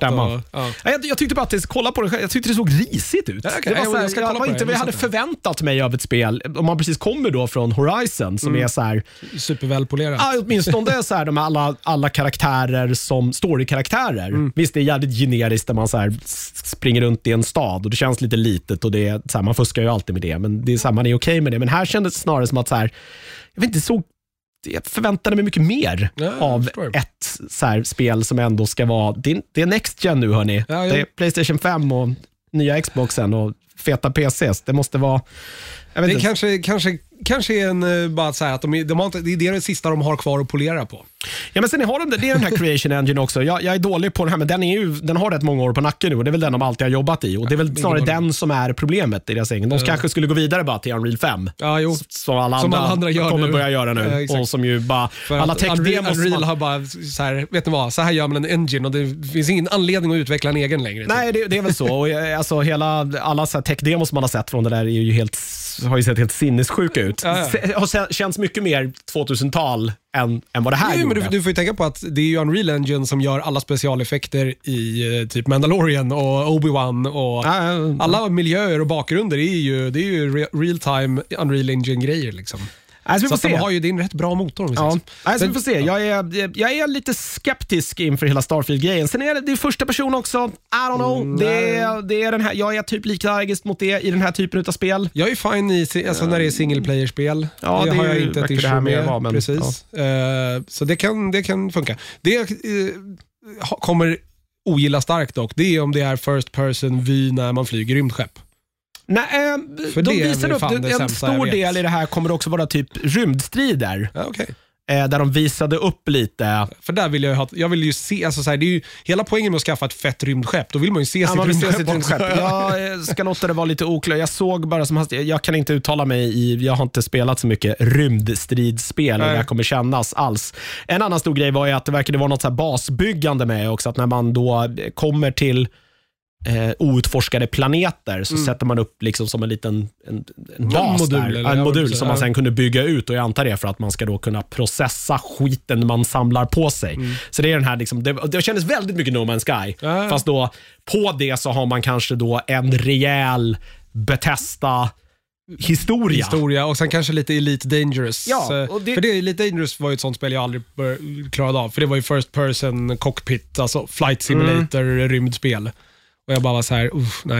Jag tyckte bara att kolla på det, jag tyckte det såg risigt ut. Det var så här, jag hade förväntat mig av ett spel om man precis kommer då från Horizon som är så här supervälpolerat. Ja, åtminstone det är så här de alla karaktärer som story-karaktärer. Visst, det är jävligt generiskt där man så här springer runt i en stad och det känns lite litet och det är så här, man fuskar ju alltid med det, men det är så här, man är okej med det. Men här kändes det snarare som att så här, jag vet inte, jag förväntade mig mycket mer av ett så här spel som ändå ska vara, det är Next Gen nu hörni. Det är PlayStation 5 och nya Xboxen och feta PCs. Det måste vara, jag vet inte. Kanske är en bara så här att de har inte, det är det sista de har kvar att polera på. Ja, men sen har de det är den här Creation Engine också. Jag är dålig på den här, men den har rätt många år på nacken nu och det är väl den de alltid har jobbat i och det är väl snarare den som är problemet i deras egen. De kanske skulle gå vidare bara till Unreal 5. Ja, jo. Som alla andra kommer börja göra nu. Och som ju bara alla tech-demos Unreal har bara så här, vet ni vad, så här gör man en engine och det finns ingen anledning att utveckla en egen längre. Nej, det är väl så. Och, alltså alla så här tech-demos man har sett från det där är ju har ju sett helt sinnessjuka ut. Har känts mycket mer 2000-tal än vad det här gjorde. Men du får ju tänka på att det är ju Unreal Engine som gör alla specialeffekter i typ Mandalorian och Obi-Wan och alla miljöer och bakgrunder det är ju real-time Unreal Engine-grejer liksom. Alltså, så de har ju en rätt bra motor. Vi får se. Jag är lite skeptisk inför hela Starfield-grejen. Sen är det första person också. I don't know. Det är den här, jag är typ lika allergisk mot det i den här typen av spel. Jag är fine när det är single player-spel. Ja, det har jag inte ett issue med. Men, precis. Så det kan funka. Det kommer ogilla starkt dock. Det är om det är first person vy när man flyger rymdskepp. Nej, de visar upp en stor del i det här kommer också vara typ rymdstrider. Ja, okay. Där de visade upp lite. För där vill jag vill ju se, alltså så här, det är ju hela poängen med att skaffa ett fett rymdskepp. Då vill man ju se sitt rymdskepp. Jag ska låta det vara lite oklart. Jag såg bara som jag kan inte uttala mig jag har inte spelat så mycket rymdstridsspel och det kommer kännas alls. En annan stor grej var ju att det verkade vara något så här basbyggande med också, att när man då kommer till outforskade planeter så sätter man upp liksom som en liten en bas en modul som man sen kunde bygga ut, och jag antar det för att man ska då kunna processa skiten man samlar på sig. Så det är den här liksom, det kändes väldigt mycket No Man's Sky. Fast då på det så har man kanske då en rejäl Bethesda historia och sen kanske lite Elite Dangerous. För det Elite Dangerous var ju ett sånt spel jag aldrig klarade av, för det var ju first person cockpit, alltså flight simulator rymdspel. Och jag bara var så här, nej.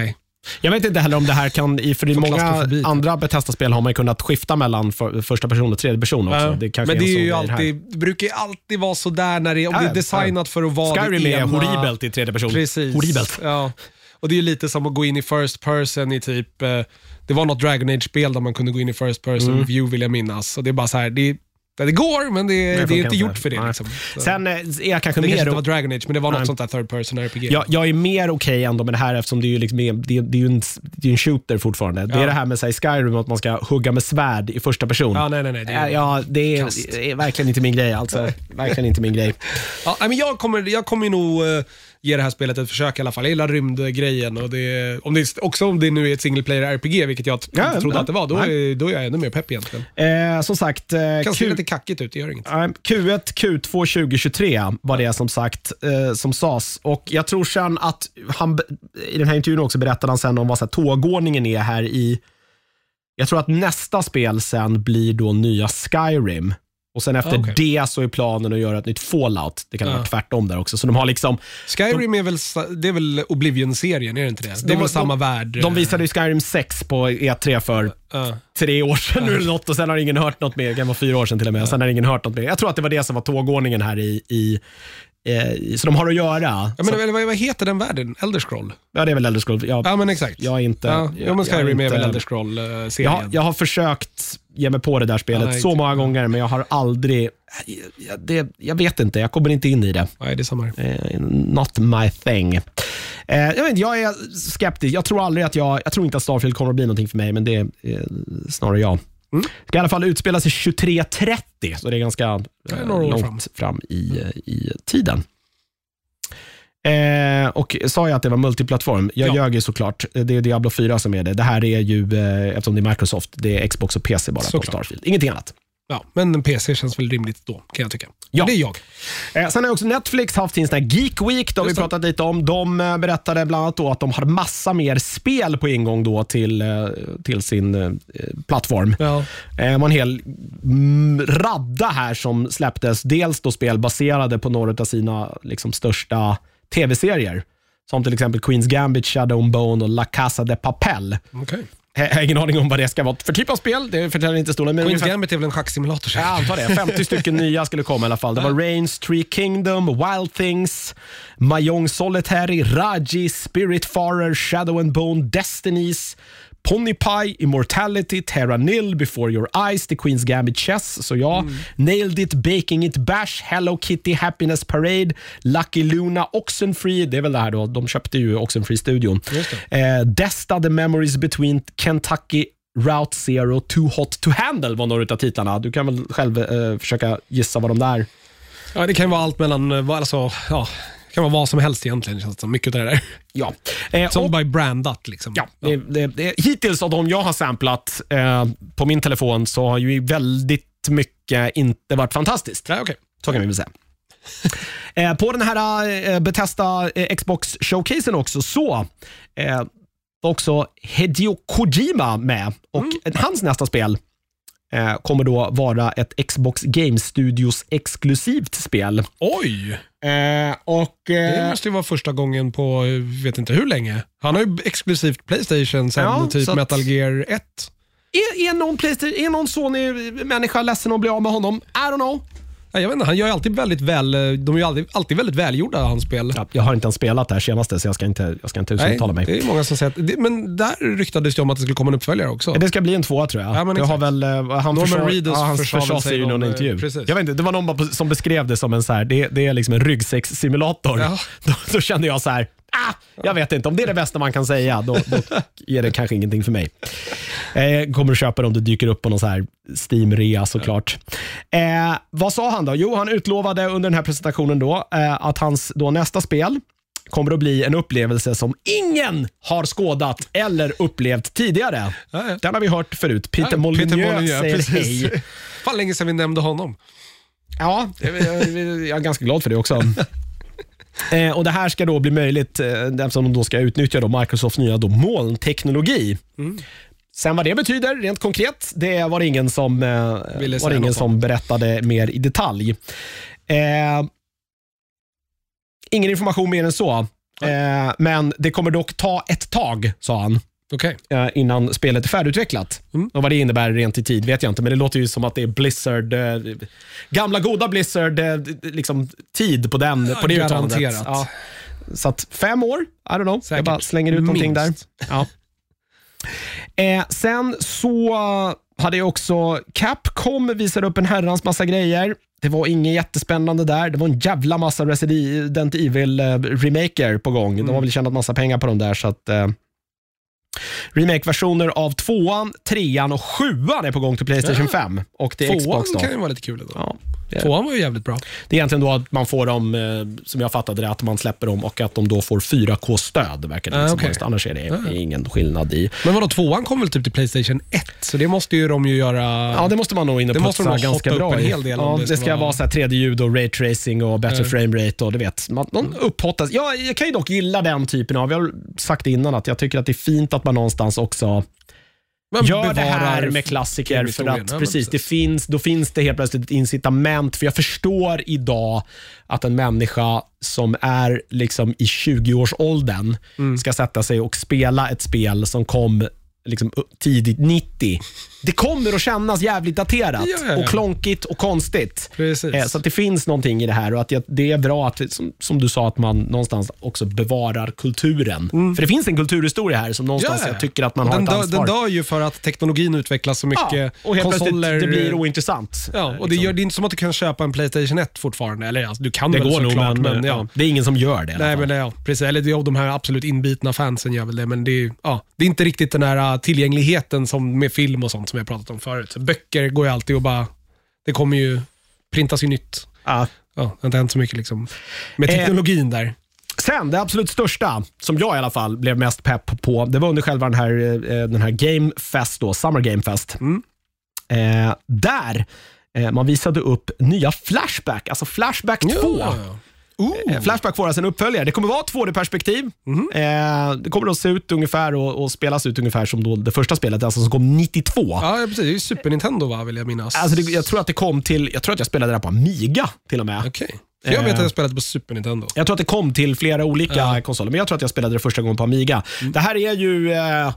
Jag vet inte heller om det här kan, för i många andra Bethesda-spel har man kunnat skifta mellan första person och tredje person också. Det men det är ju alltid, det brukar ju alltid vara så där när det, om det är designat för att vara Skyrim är horribelt i tredje person. Precis. Horribelt. Ja. Och det är ju lite som att gå in i first person i typ, det var något Dragon Age-spel där man kunde gå in i first person view, vill jag minnas. Och det är bara så här, det går, men det är inte gjort för det. Liksom. Sen är jag kanske det mer... kanske inte var Dragon Age, men det var något sånt där third person RPG. Jag är mer okej ändå med det här, eftersom det är ju liksom, det är ju en shooter fortfarande. Ja. Det är det här med sig Skyrim, att man ska hugga med svärd i första person. Ja, nej. Det är verkligen inte min grej. Alltså. Verkligen inte min grej. Ja, men jag kommer nog ge det här spelet ett försök i alla fall. Jag gillar rymdgrejen, och om det nu är ett single player RPG, vilket jag trodde att det var, då är jag ännu mer pepp egentligen. Som sagt, kan se lite kackigt ut, det gör inget. Q1, Q2 2023 var det som sagt som sades, och jag tror sen att han i den här intervjun också berättade han sen om vad så här, tågordningen är här i. Jag tror att nästa spel sen blir då nya Skyrim. Och sen efter det så är planen att göra ett nytt Fallout. Det kan vara tvärtom där också. Så de har liksom... Skyrim är väl Oblivion-serien, är det inte det? Det är väl samma värld. De visade ju Skyrim 6 på E3 för 3 år sedan nu eller något, och sen har ingen hört något mer. Det kan vara 4 år sedan till och med. Sen har ingen hört något mer. Jag tror att det var det som var tågordningen här så de har att göra. Ja, men vad heter den världen? Elder Scroll? Ja, det är väl Elder Scroll. Ja, men exakt. Jag är inte... Ja, men Skyrim är väl Elder Scroll-serien. Jag har försökt ge mig på det där spelet så många gånger, men jag har aldrig... Jag vet inte, jag kommer inte in i det. Nej, det är samma. Not my thing. Jag är skeptisk. Jag tror inte att Starfield kommer att bli någonting för mig, men det är snarare jag. Ska i alla fall utspela sig 23:30, så det är ganska långt fram i tiden. Och sa jag att det var multiplattform. Jag ljög ju såklart. Det är Diablo 4 som är det. Det här är ju, eftersom det är Microsoft, det är Xbox och PC bara på Starfield. Ingenting annat. Ja, men PC känns väl rimligt då, kan jag tycka. Ja. Det är jag. Sen har också Netflix haft sin sån här Geek Week, då har vi pratat lite om. De berättade bland annat då att de har massa mer spel på ingång då till sin plattform. Ja. En hel radda här som släpptes. Dels då spel baserade på några av sina liksom största tv-serier. Som till exempel Queen's Gambit, Shadow and Bone och La Casa de Papel. Okej. Jag har ingen aning om vad det ska vara för typ av spel. Det förtäljer inte stolen. Queen's Gambit är väl en schacksimulator? Jag antar det. 50 stycken nya skulle komma i alla fall. Det var Reigns, Tree Kingdom, Wild Things, Mahjong Solitary, Raji, Spiritfarer, Shadow and Bone, Destinies, Pony Pie, Immortality, Terra Nil, Before Your Eyes, The Queen's Gambit Chess, så Nailed It, Baking It Bash, Hello Kitty, Happiness Parade, Lucky Luna, Oxenfree, det är väl det här då, de köpte ju Oxenfree-studion. Desta, The Memories Between Kentucky, Route Zero, Too Hot to Handle var några av titlarna. Du kan väl själv försöka gissa vad de där... Ja, det kan vara allt mellan, alltså, det kan vara vad som helst egentligen, känns det som. Mycket av det där. Ja. Som by brandat liksom. Ja. Hittills av de jag har samplat på min telefon så har ju väldigt mycket inte varit fantastiskt. Ja, okay. Så kan vi väl säga. På den här Bethesda Xbox showcasen också så också Hideo Kojima med, och hans nästa spel kommer då vara ett Xbox Game Studios exklusivt spel. Oj! Det måste ju vara första gången på vet inte hur länge. Han har ju exklusivt PlayStation sen typ Metal Gear 1. Är någon Sony-människa ledsen att bli av med honom? I don't know. Jag vet inte, han gör ju alltid de är ju alltid väldigt välgjorda, hans spel. Ja, jag har inte ens spelat det här senaste, så jag ska inte uttala mig. Det är många som säger att, men där ryktades det om att det skulle komma en uppföljare också. Det ska bli en 2, tror jag. Ja, men har väl, han försade sig i någon intervju. Precis. Jag vet inte, det var någon som beskrev det som en så här, det är liksom en ryggsäckssimulator. Ja. Då kände jag så här, jag vet inte, om det är det bästa man kan säga, då ger det kanske ingenting för mig. Kommer att köpa det om det dyker upp på någon så här Steam-rea såklart. Vad sa han då? Jo, han utlovade under den här presentationen då att hans då nästa spel kommer att bli en upplevelse som ingen har skådat eller upplevt tidigare. Ja. Den har vi hört förut. Peter Molyneux säger hej. Fan, länge sedan vi nämnde honom. Ja, jag är ganska glad för det också. Och det här ska då bli möjligt eftersom de då ska utnyttja då Microsofts nya då molnteknologi. Sen vad det betyder rent konkret, det var det ingen som berättade mer i detalj. Ingen information mer än så. Men det kommer dock ta ett tag, sa han. Innan spelet är färdigutvecklat. Och vad det innebär rent i tid vet jag inte, men det låter ju som att det är Blizzard, gamla goda Blizzard, liksom tid på den, på det uttalandet. Ja. Så att 5 år, I don't know. Säkert. Jag bara slänger ut någonting där. Ja. Sen så hade jag också Capcom visade upp en herrans massa grejer. Det var inget jättespännande där. Det var en jävla massa Resident Evil remaker på gång. De har väl tjänat massa pengar på dem där, så att remake-versioner av 2an, 3an och 7an är på gång till PlayStation 5 och till Xbox då. 2an kan ju vara lite kul då. Ja. 2an var ju jävligt bra. Det är egentligen då att man får dem, som jag fattade det, att man släpper dem och att de då får 4K-stöd, verkar det liksom. Annars är det ingen skillnad i. Men vadå, 2an kom väl typ till PlayStation 1, så det måste ju de ju göra. Ja, det måste man nog in och putsa ganska bra en hel del. Ja, det ska vara så här 3D-ljud och ray tracing och bättre frame rate och du vet, man upphottas. Ja, jag kan ju dock gilla den typen av, jag har sagt innan att jag tycker att det är fint att man någonstans också gör det här med klassiker, för att precis, då finns det helt plötsligt ett incitament, för jag förstår idag att en människa som är liksom i 20-årsåldern ska sätta sig och spela ett spel som kom liksom tidigt 90. Det kommer att kännas jävligt daterat och klonkigt och konstigt. Så att det finns någonting i det här, och att det är bra att, som du sa, att man någonstans också bevarar kulturen. För det finns en kulturhistoria här som någonstans jag tycker att man har ett ansvar. Den dör ju för att teknologin utvecklas så mycket. Och helt konsoler, det blir ointressant. Ja, och det är inte som att du kan köpa en PlayStation 1 fortfarande. Eller alltså, du kan det väl går såklart, men det är ingen som gör det. Nej, men precis. Eller de här absolut inbitna fansen gör väl det, men det är inte riktigt den här tillgängligheten som med film och sånt som jag pratat om förut. Så böcker går ju alltid och bara, det kommer ju printas ju nytt. Ja, det har inte hänt så mycket liksom med teknologin där. Sen, det absolut största som jag i alla fall blev mest pepp på, det var under själva den här Game Fest då, Summer Game Fest. Där man visade upp nya Flashback, alltså Flashback 2. Flashback får alltså en uppföljare. Det kommer vara 2D-perspektiv. Det kommer att se ut ungefär och spelas ut ungefär som då det första spelet, alltså som kom 92. Ja, precis. Det är ju Super Nintendo, va, vill jag minnas. Alltså jag tror att det kom till, jag tror att jag spelade det på Amiga till och med. Okej. Jag vet att jag spelade på Super Nintendo. Jag tror att det kom till flera olika konsoler, men jag tror att jag spelade det första gången på Amiga. Det här är ju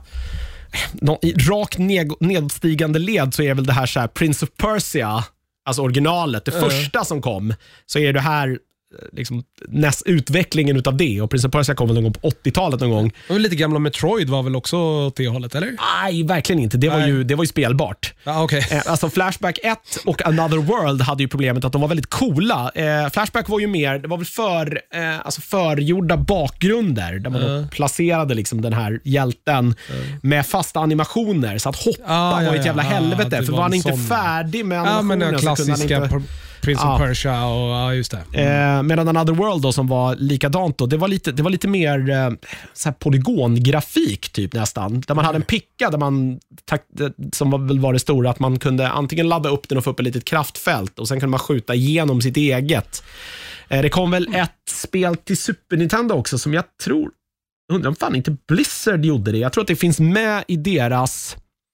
rakt nedstigande led, så är väl det här så här Prince of Persia, alltså originalet, det första som kom, så är det här liksom utvecklingen utav det, och Prince of Persia kom väl någon gång på 80-talet någon gång. Och lite gamla Metroid var väl också åt det hållet, eller? Nej, verkligen inte. Det var ju spelbart. Alltså Flashback 1 och Another World hade ju problemet att de var väldigt coola. Flashback var ju mer, det var väl förgjorda bakgrunder där man placerade liksom den här hjälten med fasta animationer, så att hoppa var ett jävla helvete, för var han inte färdig med animationen, klassiska Prince of Persia och just det. Medan Another World då, som var likadant då, det var lite mer så här polygongrafik typ nästan, där man hade en picka där man som var det stora, att man kunde antingen ladda upp den och få upp ett litet kraftfält, och sen kunde man skjuta igenom sitt eget. Det kom väl ett spel till Super Nintendo också som jag undrar om fan inte Blizzard gjorde det. Jag tror att det finns med i deras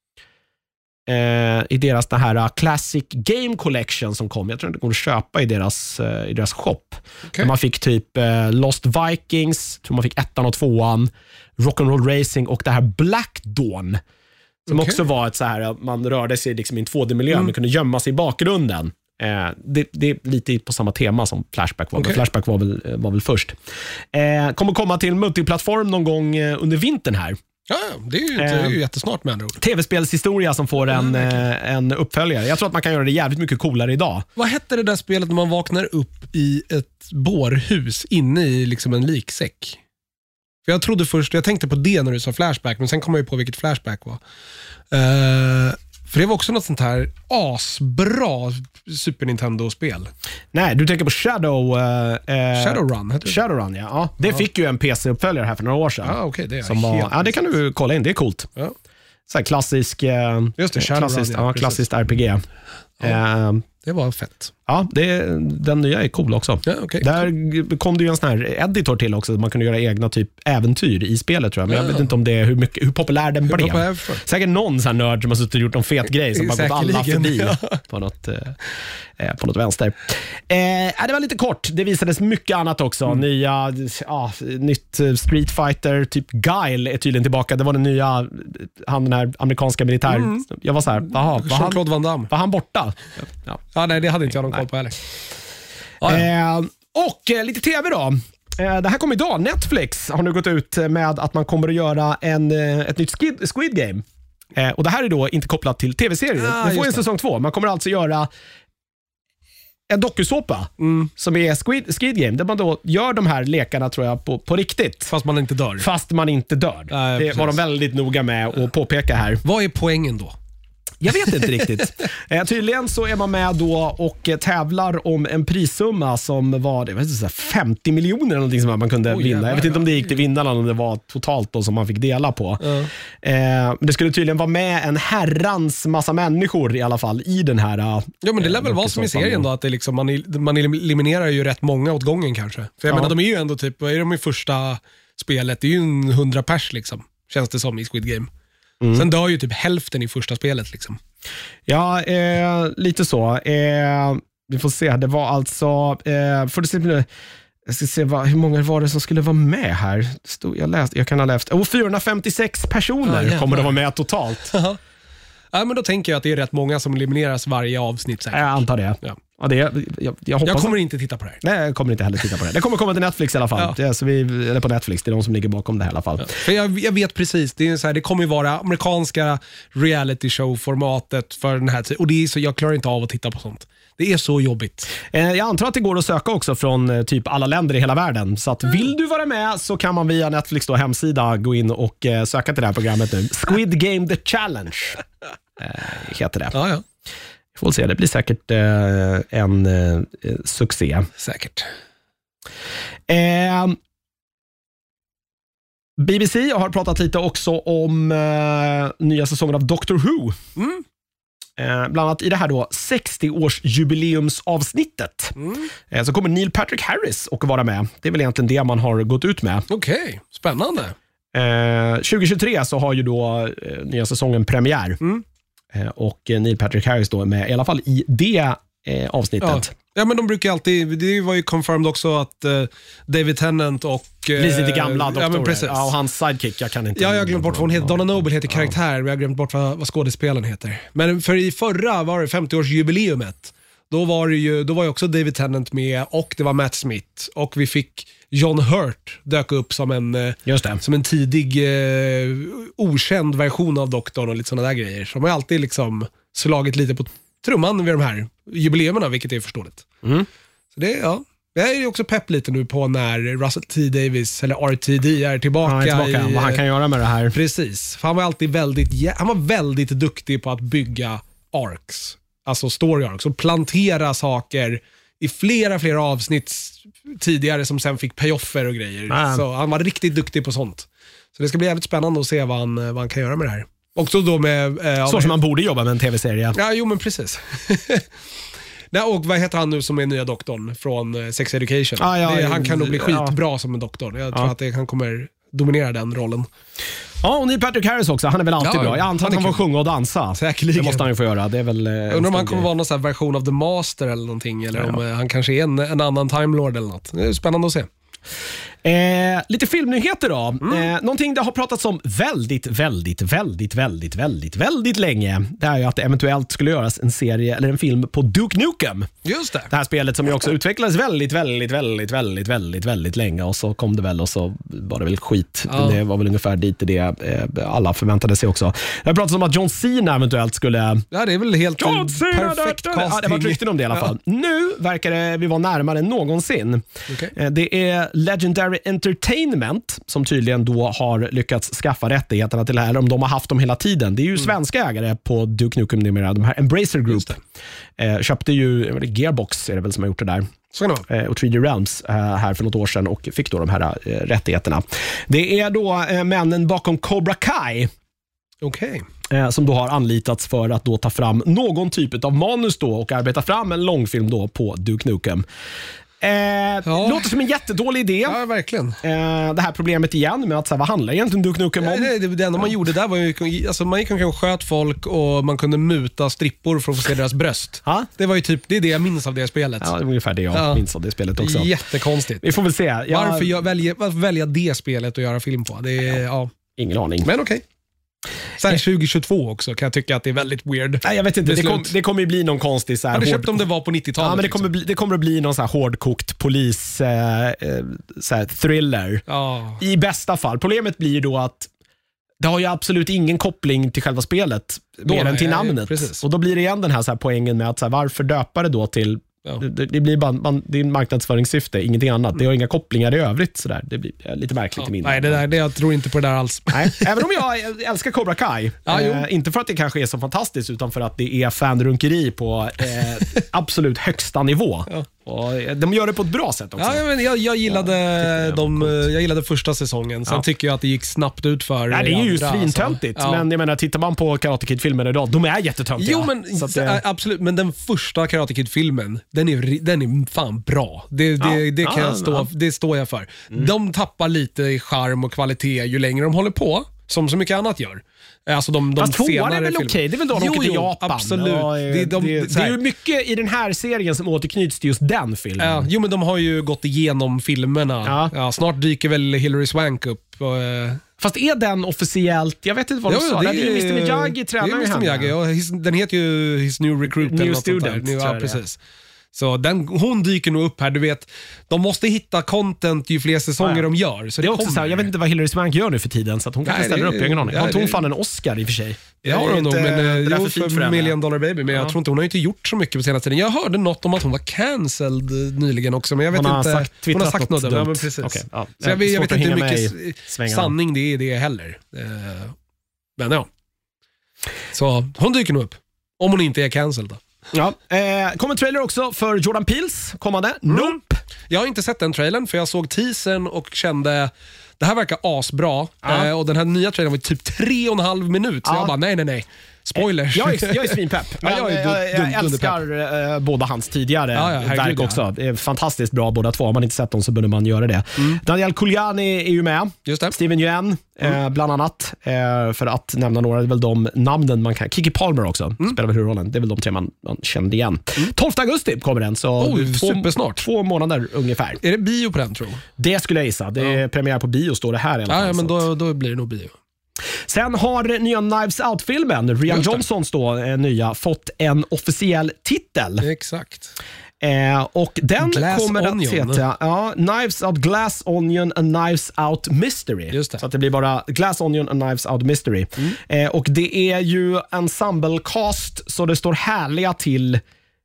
det här Classic Game Collection som kom. Jag tror inte det går att köpa i deras shop. Där man fick typ Lost Vikings, tror man fick 1:an och 2:an, Rock'n'Roll Racing och det här Black Dawn, som också var ett så här, man rörde sig liksom i en 2D-miljö, man kunde gömma sig i bakgrunden. Det är lite på samma tema som Flashback var. Flashback var väl först. Kommer komma till multiplattform någon gång under vintern här. Ja, det är ju jättesnart med andra ord. TV-spelshistoria som får en uppföljare. Jag tror att man kan göra det jävligt mycket coolare idag. Vad hette det där spelet när man vaknar upp i ett bårhus inne i liksom en liksäck? För jag tänkte på det när du sa Flashback, men sen kom jag ju på vilket Flashback var. För det var också något sånt här asbra Super Nintendo-spel. Nej, du tänker på Shadowrun heter det. Shadowrun, ja. Det fick ju en PC-uppföljare här för några år sedan. Ja, okej, det är det kan du kolla in, det är coolt. Ja. Så här klassisk just det, Shadowrun, klassiskt RPG. Ja, det var fett. Ja, den nya är cool också. Ja, okay. Där kom det ju en sån här editor till också. Man kunde göra egna typ äventyr i spelet, tror jag. Men jag vet inte om det är hur populär den blev. Säkert någon sån här nörd som har suttit och gjort en fet grej som bara gått alla förbi på något vänster. Det var lite kort. Det visades mycket annat också. Nytt Street Fighter, typ Guile är tydligen tillbaka. Det var den nya, den här amerikanska militär. Jag var så här, Jean-Claude Van Damme. Var han borta? Ja, nej, det hade inte jag någon koll på heller. Och lite tv då. Det här kom idag. Netflix har nu gått ut med att man kommer att göra ett nytt Squid Game. Och det här är då inte kopplat till tv-serien. Det får en säsong 2. Man kommer alltså göra en dokusåpa som är Squid Game, där man då gör de här lekarna, tror jag, på riktigt. Fast man inte dör. Det var de väldigt noga med att påpeka här. Vad är poängen då? Jag vet inte riktigt. Tydligen så är man med då och tävlar om en prissumma som var 50 miljoner eller någonting som man kunde vinna. Jag vet inte om det gick till vinnarna eller om det var totalt då som man fick dela på. Men det skulle tydligen vara med en herrans massa människor i alla fall i den här. Ja, men det lär väl vara som i serien då, att det liksom, man eliminerar ju rätt många åt gången kanske. För jag menar, de är ju ändå typ, vad är de i första spelet? Det är ju 100 pers liksom, känns det som i Squid Game. Sen dör ju typ hälften i första spelet liksom. Ja, lite så. Vi får se, det var alltså jag ska se hur många var det som skulle vara med här. Jag kan ha läst 456 personer kommer att vara med totalt. Ja, men då tänker jag att det är rätt många som elimineras varje avsnitt säkert. Jag antar det. Jag hoppas. Jag kommer inte titta på det här. Nej, jag kommer inte heller titta på det. Det kommer komma till Netflix i alla fall. Eller på Netflix, det är de som ligger bakom det här i alla fall. För jag vet precis, det är så här, det kommer ju vara amerikanska reality show-formatet för den här tiden. Och det är så, jag klarar inte av att titta på sånt. Det är så jobbigt. Jag antar att det går att söka också från typ alla länder i hela världen. Så att vill du vara med så kan man via Netflix då hemsida gå in och söka till det här programmet nu. Squid Game The Challenge heter det. Ja. Vi får se, det blir säkert en succé. Säkert. BBC har pratat lite också om nya säsonger av Doctor Who. Bland annat i det här då 60-årsjubileumsavsnittet så kommer Neil Patrick Harris att vara med. Det är väl egentligen det man har gått ut med. Okej, spännande. 2023 så har ju då nya säsongen premiär. Och Neil Patrick Harris då är med i alla fall i det avsnittet. Ja, men de brukar alltid, det var ju confirmed också att David Tennant och lite gamla doktorer. Ja, men precis. Och hans sidekick, jag kan inte. Ja, jag har glömt bort vad hon heter. Donna Noble heter karaktär, men jag har glömt bort vad skådespelaren heter. Men för i förra var det 50-årsjubileumet. Då var ju också David Tennant med och det var Matt Smith och vi fick John Hurt dök upp som en tidig okänd version av doktorn och lite sådana där grejer. Så de har alltid liksom slagit lite på trumman vid de här jubileumerna, vilket är förståeligt. Så det, jag är också pepp lite nu på när Russell T. Davies eller RTD är tillbaka. Vad han kan göra med det här. Precis, för han var alltid väldigt duktig på att bygga arcs, alltså story arcs, och plantera saker i flera avsnitt tidigare som sen fick payoffer och grejer. Så han var riktigt duktig på sånt. Så det ska bli jävligt spännande att se vad han kan göra med det här. Också då med... så som man borde jobba med en tv-serie. Ja, jo men precis. Nej, och vad heter han nu som är nya doktorn från Sex Education? Han kan nog bli skitbra som en doktor. Jag tror att han kommer dominera den rollen. Ja, och Neil Patrick Harris också. Han är väl alltid bra. Jag antar att han får sjunga och dansa. Säkerligen. Det måste han ju få göra. Det är väl, undrar om han kommer vara någon sån här version av The Master eller någonting. Eller om han kanske är en annan Time Lord eller något. Det är spännande att se. Lite filmnyheter då. Någonting det har pratats om väldigt länge. Det är ju att det eventuellt skulle göras en serie eller en film på Duke Nukem. Just det. Det här spelet som ju också utvecklades väldigt länge, och så kom det väl och så var det väl skit. Det var väl ungefär dit det alla förväntade sig också. Det har pratats om att John Cena eventuellt skulle... Ja, det är väl helt perfekt casting. Ja, det var rykten om det i alla fall. Nu verkar det vi vara närmare än någonsin. Okay. Det är Legendary Entertainment som tydligen då har lyckats skaffa rättigheterna till det här, eller om de har haft dem hela tiden. Det är ju svenska ägare på Duke Nukem numera, de här Embracer Group. Köpte ju Gearbox är det väl som har gjort det där. Och 3D Realms här för något år sedan och fick då de här rättigheterna. Det är då männen bakom Cobra Kai. Okej. som då har anlitats för att då ta fram någon typ av manus då och arbeta fram en långfilm då på Duke Nukem. Låter som en jättedålig idé. Ja, verkligen. Det här problemet igen med att vad handlar egentligen Duke Nukem om? Det enda man gjorde där var ju, alltså man gick och sköt folk och man kunde muta strippor för att få se deras bröst. Det var ju typ, det är det jag minns av det spelet. Ja, det var ungefär det jag minns av det spelet också. Jättekonstigt. Vi får väl se. Varför välja det spelet att göra film på? Det är, ingen aning. Men okej. Sen 2022 också kan jag tycka att det är väldigt weird. Nej, jag vet inte, det kommer ju bli någon konstig så här. Hade köpt om det var på 90-talet. Ja, men det kommer att bli någon så här hårdkokt polis så här thriller. I bästa fall. Problemet blir ju då att det har ju absolut ingen koppling till själva spelet mer än till namnet. Precis. Och då blir det igen den här poängen med att så här, varför döpa det då till det blir bara det är en marknadsföringssyfte, ingenting annat. Det har inga kopplingar i övrigt så där. Det blir lite märkligt i min. Nej, jag tror inte på det där alls. Nej, även om jag älskar Cobra Kai. Inte för att det kanske är så fantastiskt, utan för att det är fanrunkeri på absolut högsta nivå. Och de gör det på ett bra sätt också. Ja, men jag gillade första säsongen. Sen tycker jag att det gick snabbt ut för. Det är ju svintöntigt. Men jag menar, tittar man på Karate Kid-filmerna idag, de är jättetöntiga. Jo, men absolut. Men den första Karate Kid-filmen, den är fan bra. Det kan jag stå, det står jag för. De tappar lite i charm och kvalitet ju längre de håller på. Som så mycket annat gör. Alltså de tvåan är väl okej? Det är väl då de åker till Japan? Absolut. Det är ju mycket i den här serien som återknyts till just den filmen. Jo, men de har ju gått igenom filmerna. Snart dyker väl Hilary Swank upp. Fast är den officiellt? Jag vet inte vad de sa. Det är Mr. Miyagi tränar ju henne. Miyagi. Den heter ju His New Recruit. New Student. Precis. Så hon dyker nog upp här, du vet. De måste hitta content ju fler säsonger de gör. Så det är också så här, jag vet inte vad Hilary Swank gör nu för tiden, så att hon kanske ställer upp, jag har ingen aning. Har inte hon fan en Oscar i och för sig? Ja, har hon nog, men för Million Dollar Baby. Men jag tror inte hon har inte gjort så mycket på senaste tiden. Jag hörde något om att hon var cancelled nyligen också, men jag vet inte. Hon har sagt något. Ja, men precis. Okay, så jag vet inte hur mycket sanning det är det heller. Men ja. Så hon dyker nog upp. Om hon inte är cancelled då. Ja, kommer en trailer också för Jordan Peels kommande Nope. Jag har inte sett den trailern, för jag såg teasern och kände det här verkar asbra. Och den här nya trailern var typ 3,5 minut. Så jag bara nej. Spoilers. Jag är svinpepp. Jag älskar båda hans tidigare verk också. Det är fantastiskt bra båda två. Om man inte sett dem så borde man göra det. Daniel Kolljani är ju med. Just det. Steven Yeun bland annat. För att nämna några, det är väl de namnen man kan. Kiki Palmer också spelar väl huvudrollen. Det är väl de tre man kände igen. 12 augusti kommer den. Så supersnart. 2 månader ungefär. Är det bio på den, tror jag? Det skulle jag gissa. Det är premiär på bio, står det här i alla fall. Ja, men då blir det nog bio. Sen har nya Knives Out-filmen, Rian Johnsons nya, fått en officiell titel. Exakt. Och den Glass kommer Onion. att heta Knives Out, Glass Onion and Knives Out Mystery. Just det. Så att det blir bara Glass Onion and Knives Out Mystery. Och det är ju ensemble-cast, så det står härliga till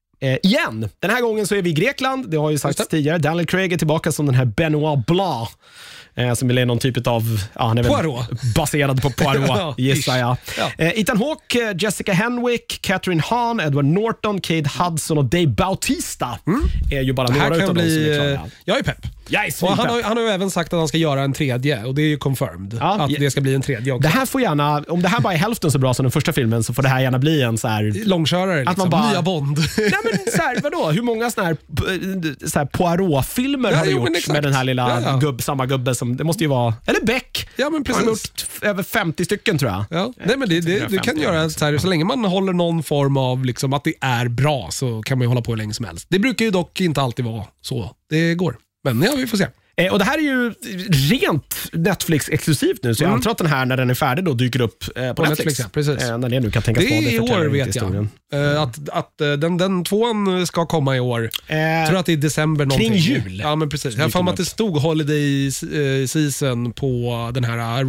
igen. Den här gången så är vi i Grekland. Det har ju sagts tidigare. Daniel Craig är tillbaka som den här Benoit Blanc. Som är någon typ av han är Poirot. Baserad på Poirot, gissar jag. Ethan Hawke, Jessica Henwick, Catherine Hahn, Edward Norton, Kate Hudson och Dave Bautista är ju bara några utav dem som är klara. Jag är pepp. Och han har ju även sagt att han ska göra en tredje, och det är ju confirmed att det ska bli en tredje också. Det här får gärna, om det här bara är hälften så bra som den första filmen, så får det här gärna bli en så här långkörare liksom. Att man bara, nya Bond. Nej, men så här, vadå? Hur många såna här Poirot-filmer har gjorts med den här lilla samma gubbe som, det måste ju vara, eller Beck. Ja, men precis. Han har gjort över 50 stycken, tror jag. Ja. Nej, men du kan göra så här, så länge man håller någon form av liksom, att det är bra, så kan man ju hålla på hur länge som helst. Det brukar ju dock inte alltid vara så. Det går. Men ja, vi får se. Och det här är ju rent Netflix-exklusivt nu, så jag antar att den här, när den är färdig, då dyker upp på Netflix. Ja, precis. När det nu kan tänkas vara det. Det är i år, vet jag. Att den tvåan ska komma i år. Jag tror att det är december någonting. Kring jul. Ja, men precis. Jag får att det stod Holiday Season på den här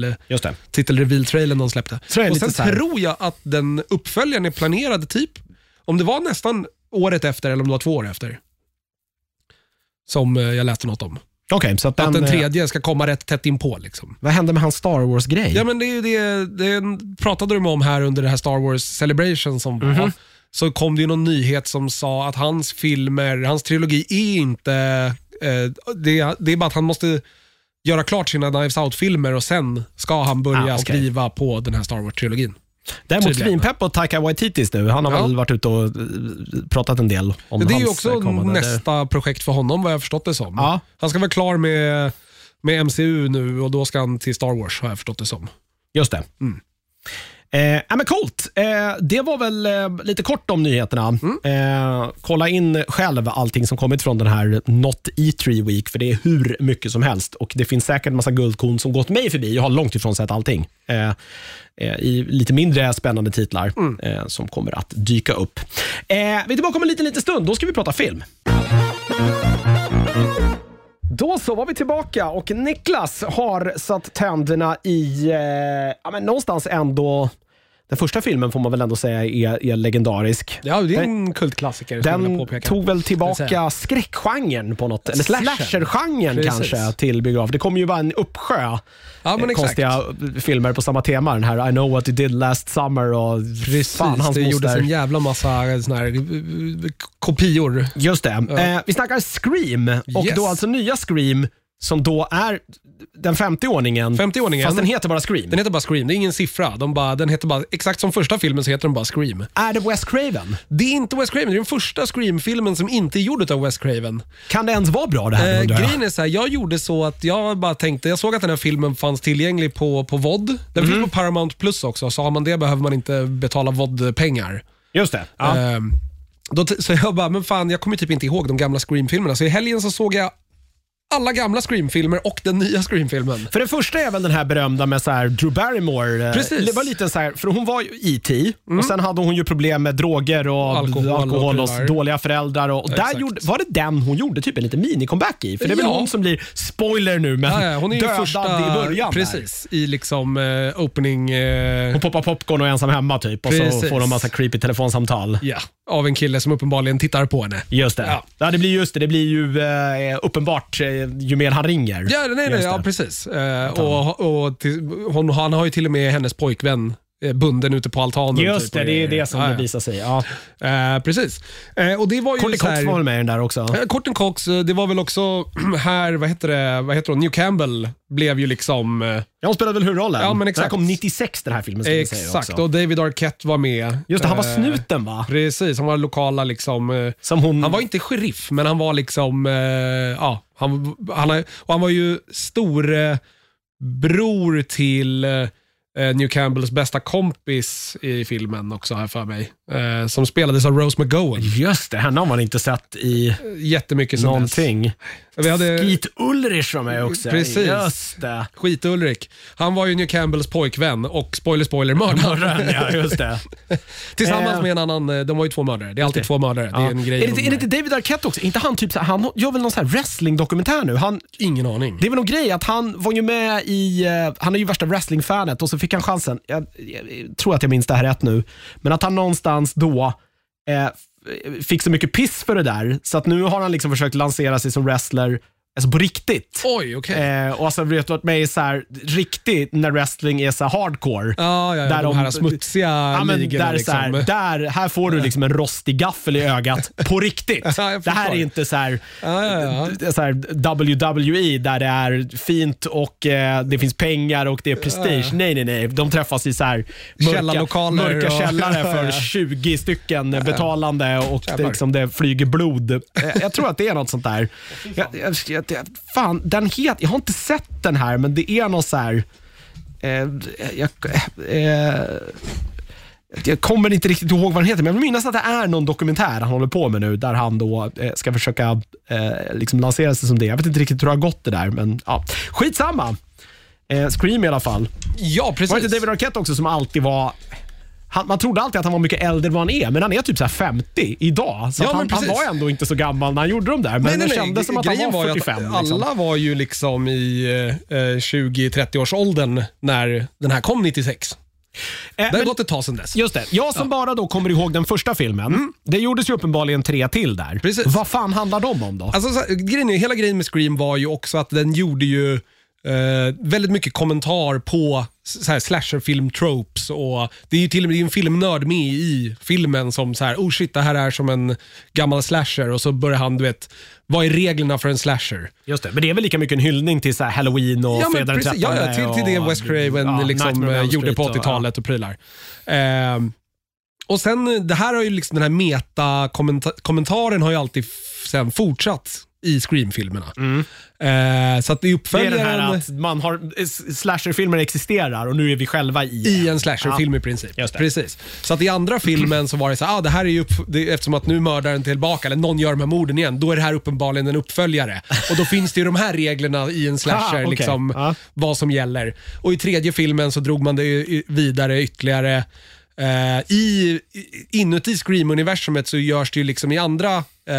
titel-reveal-trailen de släppte. Och sen tror jag att den uppföljaren är planerad typ, om det var nästan året efter eller om det var 2 år efter. Som jag läste något om. Okay, så att den tredje ska komma rätt tätt in på liksom. Vad hände med hans Star Wars-grej? Ja, men det är ju det pratade de om här under det här Star Wars Celebration som var. Så kom det ju någon nyhet som sa att hans trilogi är inte det är bara att han måste göra klart sina Knives Out-filmer och sen ska han börja skriva på den här Star Wars-trilogin. Däremot svinpepp och Taika Waititis nu. Han har väl varit ute och pratat en del om det är ju också nästa projekt för honom, vad jag förstått det som. Ja. Han ska vara klar med MCU nu och då ska han till Star Wars, har jag förstått det som. Just det. Men coolt. Det var väl lite kort om nyheterna. Kolla in själv allting som kommit från den här Not E3 Week, för det är hur mycket som helst. Och det finns säkert en massa guldkorn som gått mig förbi. Jag har långt ifrån sett allting. I lite mindre spännande titlar som kommer att dyka upp. Vi är tillbaka om en liten stund. Då ska vi prata film. Då så var vi tillbaka och Niklas har satt tänderna i någonstans ändå. Den första filmen får man väl ändå säga är legendarisk. Ja, det är en kultklassiker. Den tog väl tillbaka skräckgenren på något, eller slasher-genren kanske till biograf. Det kommer ju vara en uppsjö konstiga filmer på samma tema. Den här I know what you did last summer och det gjordes en jävla massa såna här kopior. Just det. Vi snackar Scream och då alltså nya Scream som då är den 50-ordningen. Fast den heter bara Scream. Den heter bara Scream, det är ingen siffra. Den heter bara, exakt som första filmen så heter den bara Scream. Är det Wes Craven? Det är inte Wes Craven, det är den första Scream-filmen som inte är gjord av Wes Craven. Kan det ens vara bra det här? Grejen är så här, jag gjorde så att jag bara tänkte, jag såg att den här filmen fanns tillgänglig på VOD. Den finns på Paramount Plus också, så har man det behöver man inte betala VOD-pengar. Just det. Så jag bara, men fan, jag kommer typ inte ihåg de gamla Scream-filmerna. Så i helgen så såg jag alla gamla Scream-filmer och den nya Scream-filmen. För det första är väl den här berömda med så här Drew Barrymore. Precis. Det var lite så här, för hon var ju E.T. och sen hade hon ju problem med droger och alkohol och dåliga föräldrar och där var det den hon gjorde typ en liten mini-comeback i. För det är väl hon som blir spoiler nu, men hon är ju första i början. Precis, där. I liksom opening. Hon poppar popcorn och är ensam hemma typ och så får de massa creepy telefonsamtal. Ja, av en kille som uppenbarligen tittar på henne. Just det. Ja, det blir ju uppenbart ju mer han ringer. Ja, precis. Han har ju till och med hennes pojkvän bunden ute på altanen. Just det, det är det som det visar sig. Ja. Precis. Och det var ju Courtney Cox var med den där också. Courtney Cox, det var väl också här, vad heter hon? New Campbell blev ju liksom... Ja, hon spelade väl huvudrollen. Ja, men exakt. Den kom 96 den här filmen. Exakt, och David Arquette var med. Just det, han var snuten va? Precis, han var lokala liksom... Han var inte sheriff, men han var liksom... han var ju stor bror till... New Campbells bästa kompis i filmen också här för mig. Som spelades av Rose McGowan. Just det, henne har man inte sett i jättemycket som någonting. Vi hade Skeet Ulrich var med också. Precis. Just det. Skit Ulrich. Han var ju New Campbells pojkvän och spoiler mördaren. Ja, just det. Tillsammans med en annan, de var ju två mördare. Det är alltid två mördare. Det är en grej. Är det inte David Arquette också? Inte han typ så här, han gör väl någon så här wrestling-dokumentär nu? Ingen aning. Det är väl någon grej att han var ju med i, han är ju värsta wrestling-fanet och så fick han chansen, jag tror att jag minns det här rätt nu, men att han någonstans då fick så mycket piss för det där, så att nu har han liksom försökt lansera sig som wrestler, alltså på riktigt. Oj, okej. Och alltså vet du att mig så här riktigt när wrestling är så hardcore. Ja, där de här smutsiga ligorna där liksom. Så här, här får du liksom en rostig gaffel i ögat på riktigt. Det här är inte så här, så här WWE där det är fint och det finns pengar och det är prestige. Nej. De träffas i så här mörka källare för 20 stycken betalande och det flyger blod. Jag tror att det är något sånt där. Fan, jag har inte sett den här, men det är något så här jag kommer inte riktigt ihåg vad den heter, men jag minns att det är någon dokumentär han håller på med nu där han då ska försöka liksom lansera sig som det. Jag vet inte riktigt hur det har gått det där, men ja, skitsamma. Scream i alla fall. Ja, precis. Var det David Arquette också som alltid var... Man trodde alltid att han var mycket äldre än vad han är, men han är typ så här 50 idag. Så han var ändå inte så gammal när han gjorde dem där. Men det kändes som att han var 45. Alla var ju liksom i 20-30 års åldern när den här kom 96. Det har gått ett tag sedan dess. Just det. Jag som bara då kommer ihåg den första filmen. Det gjordes ju uppenbarligen 3 till där. Precis. Vad fan handlar de om då? Alltså, hela grejen med Scream var ju också att den gjorde ju väldigt mycket kommentar på så här slasherfilm-tropes, och det är ju till och med en filmnörd med i filmen som så här, oh shit, det här är som en gammal slasher, och så börjar han, du vet, vad är reglerna för en slasher? Just det, men det är väl lika mycket en hyllning till så här Halloween och Fredag den 13. Ja, till det Wes Craven liksom gjorde på 80-talet och prylar. Och sen, det här har ju liksom, den här meta-kommentaren har ju alltid sen fortsatt i Scream-filmerna. Så att det uppföljaren... Det är det här att man har, slasherfilmer existerar och nu är vi själva i en slasherfilm i princip. Precis. Så att i andra filmen så var det så här, det här är ju eftersom att nu mördar den tillbaka, eller någon gör de här morden igen, då är det här uppenbarligen en uppföljare. Och då finns det ju de här reglerna i en slasher, liksom, vad som gäller. Och i tredje filmen så drog man det vidare ytterligare. Inuti Scream-universumet så görs det ju liksom i andra...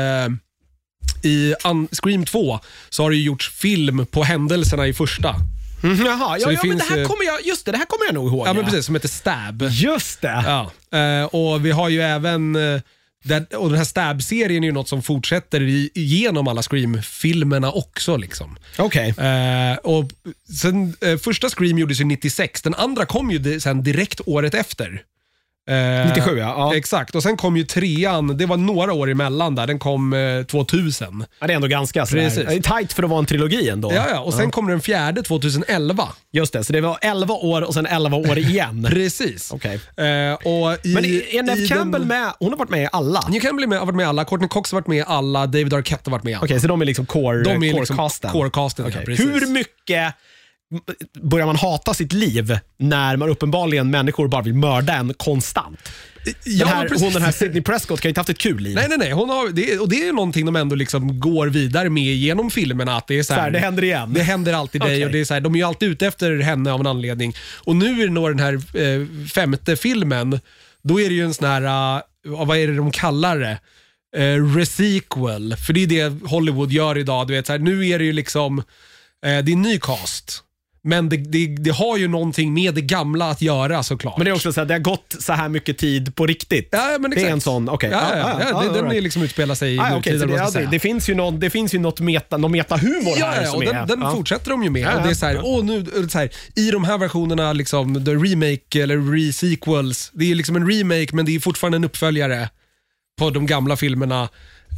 I Scream 2 så har det ju gjorts film på händelserna i första. Jaha, men det här kommer jag nog ihåg. Ja, men precis, som heter Stab. Just det. Ja. Och vi har ju även och den här Stab-serien är ju något som fortsätter genom alla Scream-filmerna också liksom. Okej. Och sen första Scream gjordes ju 96. Den andra kom ju sen direkt året efter. 97, ja. Exakt, och sen kom ju trean, det var några år emellan där, den kom 2000. Ja, det är ändå ganska så här. Det är tajt för att vara en trilogi ändå. Ja, och sen kom den fjärde 2011. Just det, så det var 11 år och sen 11 år igen. Precis. Okej. Men är Neve Campbell med? Hon har varit med i alla. Neve Campbell har varit med i alla, Courtney Cox har varit med i alla, David Arquette har varit med i alla. Okej, så de är liksom core-casten. Okay. Hur mycket börjar man hata sitt liv när man uppenbarligen människor bara vill mörda en konstant? Den här Sidney Prescott kan ju inte haft ett kul liv. Nej. Hon har, det är ju någonting de ändå liksom går vidare med genom filmerna, att det är så här, det händer igen. Det händer alltid dig, och det är så här, de är ju alltid ute efter henne av en anledning. Och nu är det nog den här femte filmen, då är det ju en sån här, vad är det de kallar det? Resequel, för det är det Hollywood gör idag, du vet så här, nu är det ju liksom det är en ny cast. Men det har ju någonting med det gamla att göra, såklart. Men det är också så att det har gått så här mycket tid på riktigt. Ja, men det är en sån, okej. Den är liksom utspelar sig i nutiden. Det finns ju något metahumor här som och den fortsätter de ju med. Och det är så här, nu så här, i de här versionerna liksom, the remake eller re-sequels, det är liksom en remake, men det är fortfarande en uppföljare på de gamla filmerna.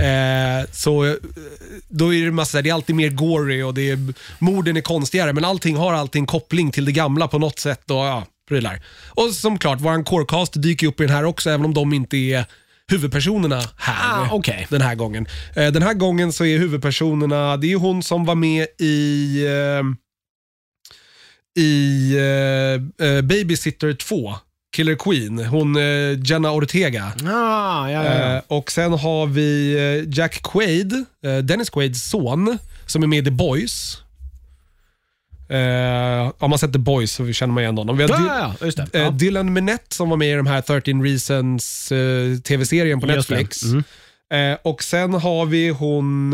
Så då är det massa, det är alltid mer gory och morden är konstigare, men allting har alltid en koppling till det gamla på något sätt, och prylar. Och som klart, våran corecast dyker upp i den här också, även om de inte är huvudpersonerna här den här gången. Den här gången så är huvudpersonerna, det är hon som var med i Babysitter 2, Killer Queen, hon Jenna Ortega. Och sen har vi Jack Quaid, Dennis Quaids son, som är med i The Boys. Om man sett The Boys så känner man igen honom. Vi har Dylan Minnette som var med i de här 13 Reasons tv-serien på Netflix. Och sen har vi hon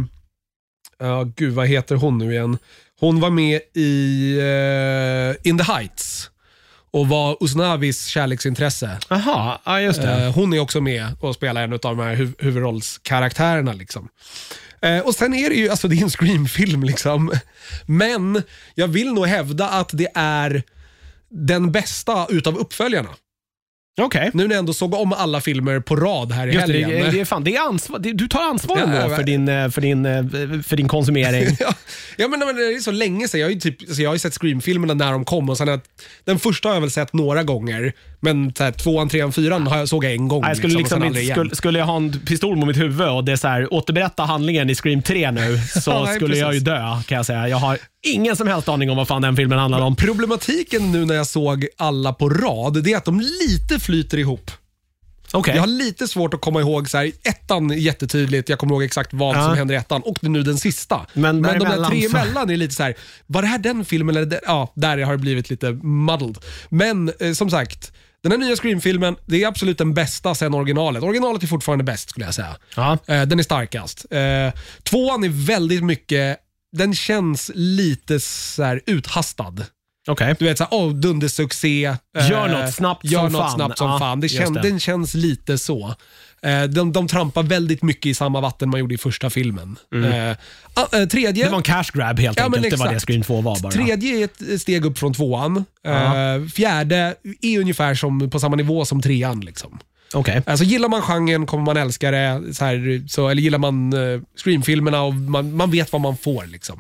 vad heter hon nu igen? Hon var med i In the Heights och var Usnavis kärleksintresse. Aha, ja just det. Hon är också med och spelar en av de här huvudrollskaraktärerna liksom. Och sen är det ju, alltså det är en Scream-film liksom. Men jag vill nog hävda att det är den bästa utav uppföljarna. Okej. Nu när jag ändå såg om alla filmer på rad här i helgen. Det är fan, det är ansvar, du tar ansvar för din konsumering. Ja, men det är så länge sedan. Jag har ju sett Scream-filmerna när de kom, och sen den första har jag väl sett några gånger, men så här, 2, 3, 4 såg jag en gång. Skulle jag ha en pistol mot mitt huvud och det är så här, återberätta handlingen i Scream 3 nu, så skulle jag ju dö, kan jag säga. Jag har ingen som helst aning om vad fan den filmen handlar om. Problematiken nu när jag såg alla på rad, det är att de lite flyter ihop. Jag har lite svårt att komma ihåg så här, ettan är jättetydligt, jag kommer ihåg exakt vad som händer i ettan, och nu den sista. Men de där 3 emellan är lite så här, var det här den filmen eller där har det blivit lite muddled. Men som sagt, den här nya Scream-filmen, det är absolut den bästa sen originalet. Originalet är fortfarande bäst, skulle jag säga. Den är starkast. 2:an är väldigt mycket, den känns lite så här uthastad. Okay. Du vet såhär, dundersuccé. Gör något snabbt som fan. Den känns lite så. De trampar väldigt mycket i samma vatten man gjorde i första filmen. Tredje, det var en cash grab helt enkelt. Det var det Scream 2 var bara. Tredje är ett steg upp från 2:an. Fjärde är ungefär som på samma nivå som 3:an liksom. Okay. Alltså gillar man genren kommer man älska det eller gillar man Scream-filmerna och man vet vad man får liksom.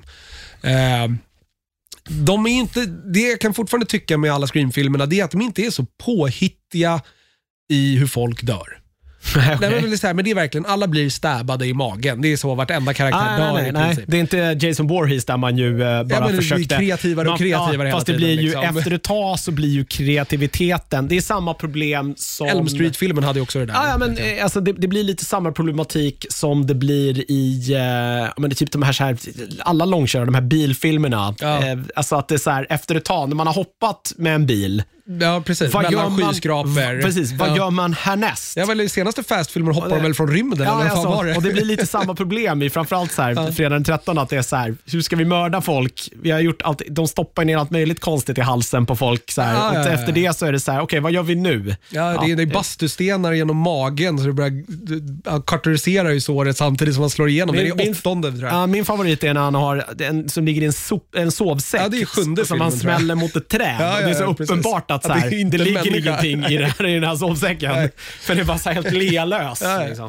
De är inte, det jag kan fortfarande tycka med alla Scream-filmerna, det är att de inte är så påhittiga i hur folk dör. Okay. Men det är verkligen, alla blir stabbade i magen. Det är så vartenda karaktär dör i princip. Det är inte Jason Voorhees där man ju bara försökte... kreativare och kreativare hela fast det tiden. Blir ju, efter ett tag så blir ju kreativiteten, det är samma problem som... Elm Street-filmen hade ju också det där. Alltså det blir lite samma problematik som det blir i det är typ de här alla långkörare, de här bilfilmerna. Alltså att det är så här, efter ett tag, när man har hoppat med en bil. Ja, precis. Mellan skyskrapor. Precis, vad gör man härnäst? Ja, väl i senaste Fast-filmen hoppar de väl från rymden eller vad var det? Och det blir lite samma problem i framförallt så här, fredag den 13, att det är så här, hur ska vi mörda folk? Vi har gjort allt, de stoppar ner allt möjligt konstigt i halsen på folk så här, och efter det så är det så här, okej, vad gör vi nu? Ja, det är bastustenar genom magen så det börjar karterisera ju såret samtidigt som man slår igenom. Det är 8:e tror jag. Min favorit är när han har som ligger i en sovsäck. Ja, det är 7:e som han smäller mot ett träd. Det är så uppenbart att så här, det ligger ingenting i den här sovsäcken. För det är bara så helt lealös. Liksom.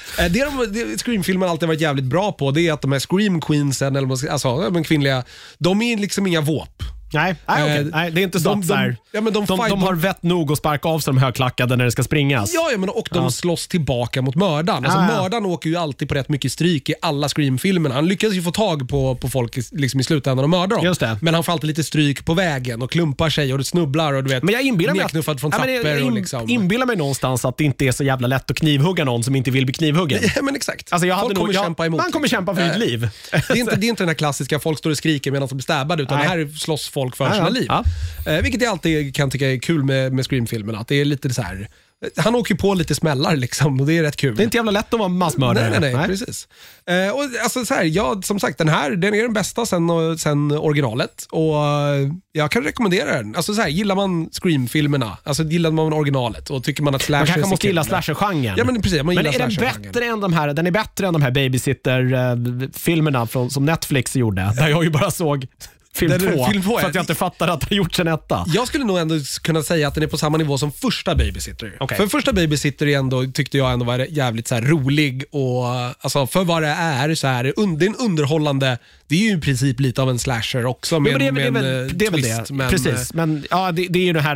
Det Scream-filmen alltid varit jävligt bra på, det är att de här Scream Queensen, eller alltså kvinnliga, de är liksom inga våp. Nej, det är inte så att de har vett nog att sparka av sig de högklackade när det ska springas. Och de slåss tillbaka mot mördaren. Alltså mördaren åker ju alltid på rätt mycket stryk i alla Scream-filmerna. Han lyckas ju få tag på folk liksom i slutändan och mördar dem. Just det. Men han får alltid lite stryk på vägen och klumpar sig och det snubblar och du vet. Men jag inbillar mig nedknuffad från trappor och liksom. Inbillar mig någonstans att det inte är så jävla lätt att knivhugga någon som inte vill bli knivhuggen. Ja, men exakt. Alltså kämpa emot. Man kommer kämpa för sitt liv. Det är inte den här klassiska folk står och skriker medan de blir stabbade, utan här slåss folk för sina liv. Vilket jag alltid kan tycka är kul med Scream-filmerna. Att det är lite så här, han åker på lite smällar liksom, och det är rätt kul. Det är inte jävla lätt att vara massmördare. Nej, precis. Och alltså så här, som sagt, den är den bästa sen originalet. Och jag kan rekommendera den. Alltså så här, gillar man Scream-filmerna, alltså gillar man originalet och tycker man att slasher... Man kanske måste gilla slasher-genren. Ja, men precis. Men är den bättre än de här? Den är bättre än de här babysitter-filmerna som Netflix gjorde. Där jag ju bara såg... Film 2, för att jag inte fattar att det har gjorts en etta. Jag skulle nog ändå kunna säga att den är på samma nivå som första Babysitter. Okay. För första Babysitter tyckte jag ändå var jävligt så här rolig och alltså för vad det är så här, det är en underhållande, det är ju i princip lite av en slasher också med det är väl det. Men, precis, men ja, det är ju det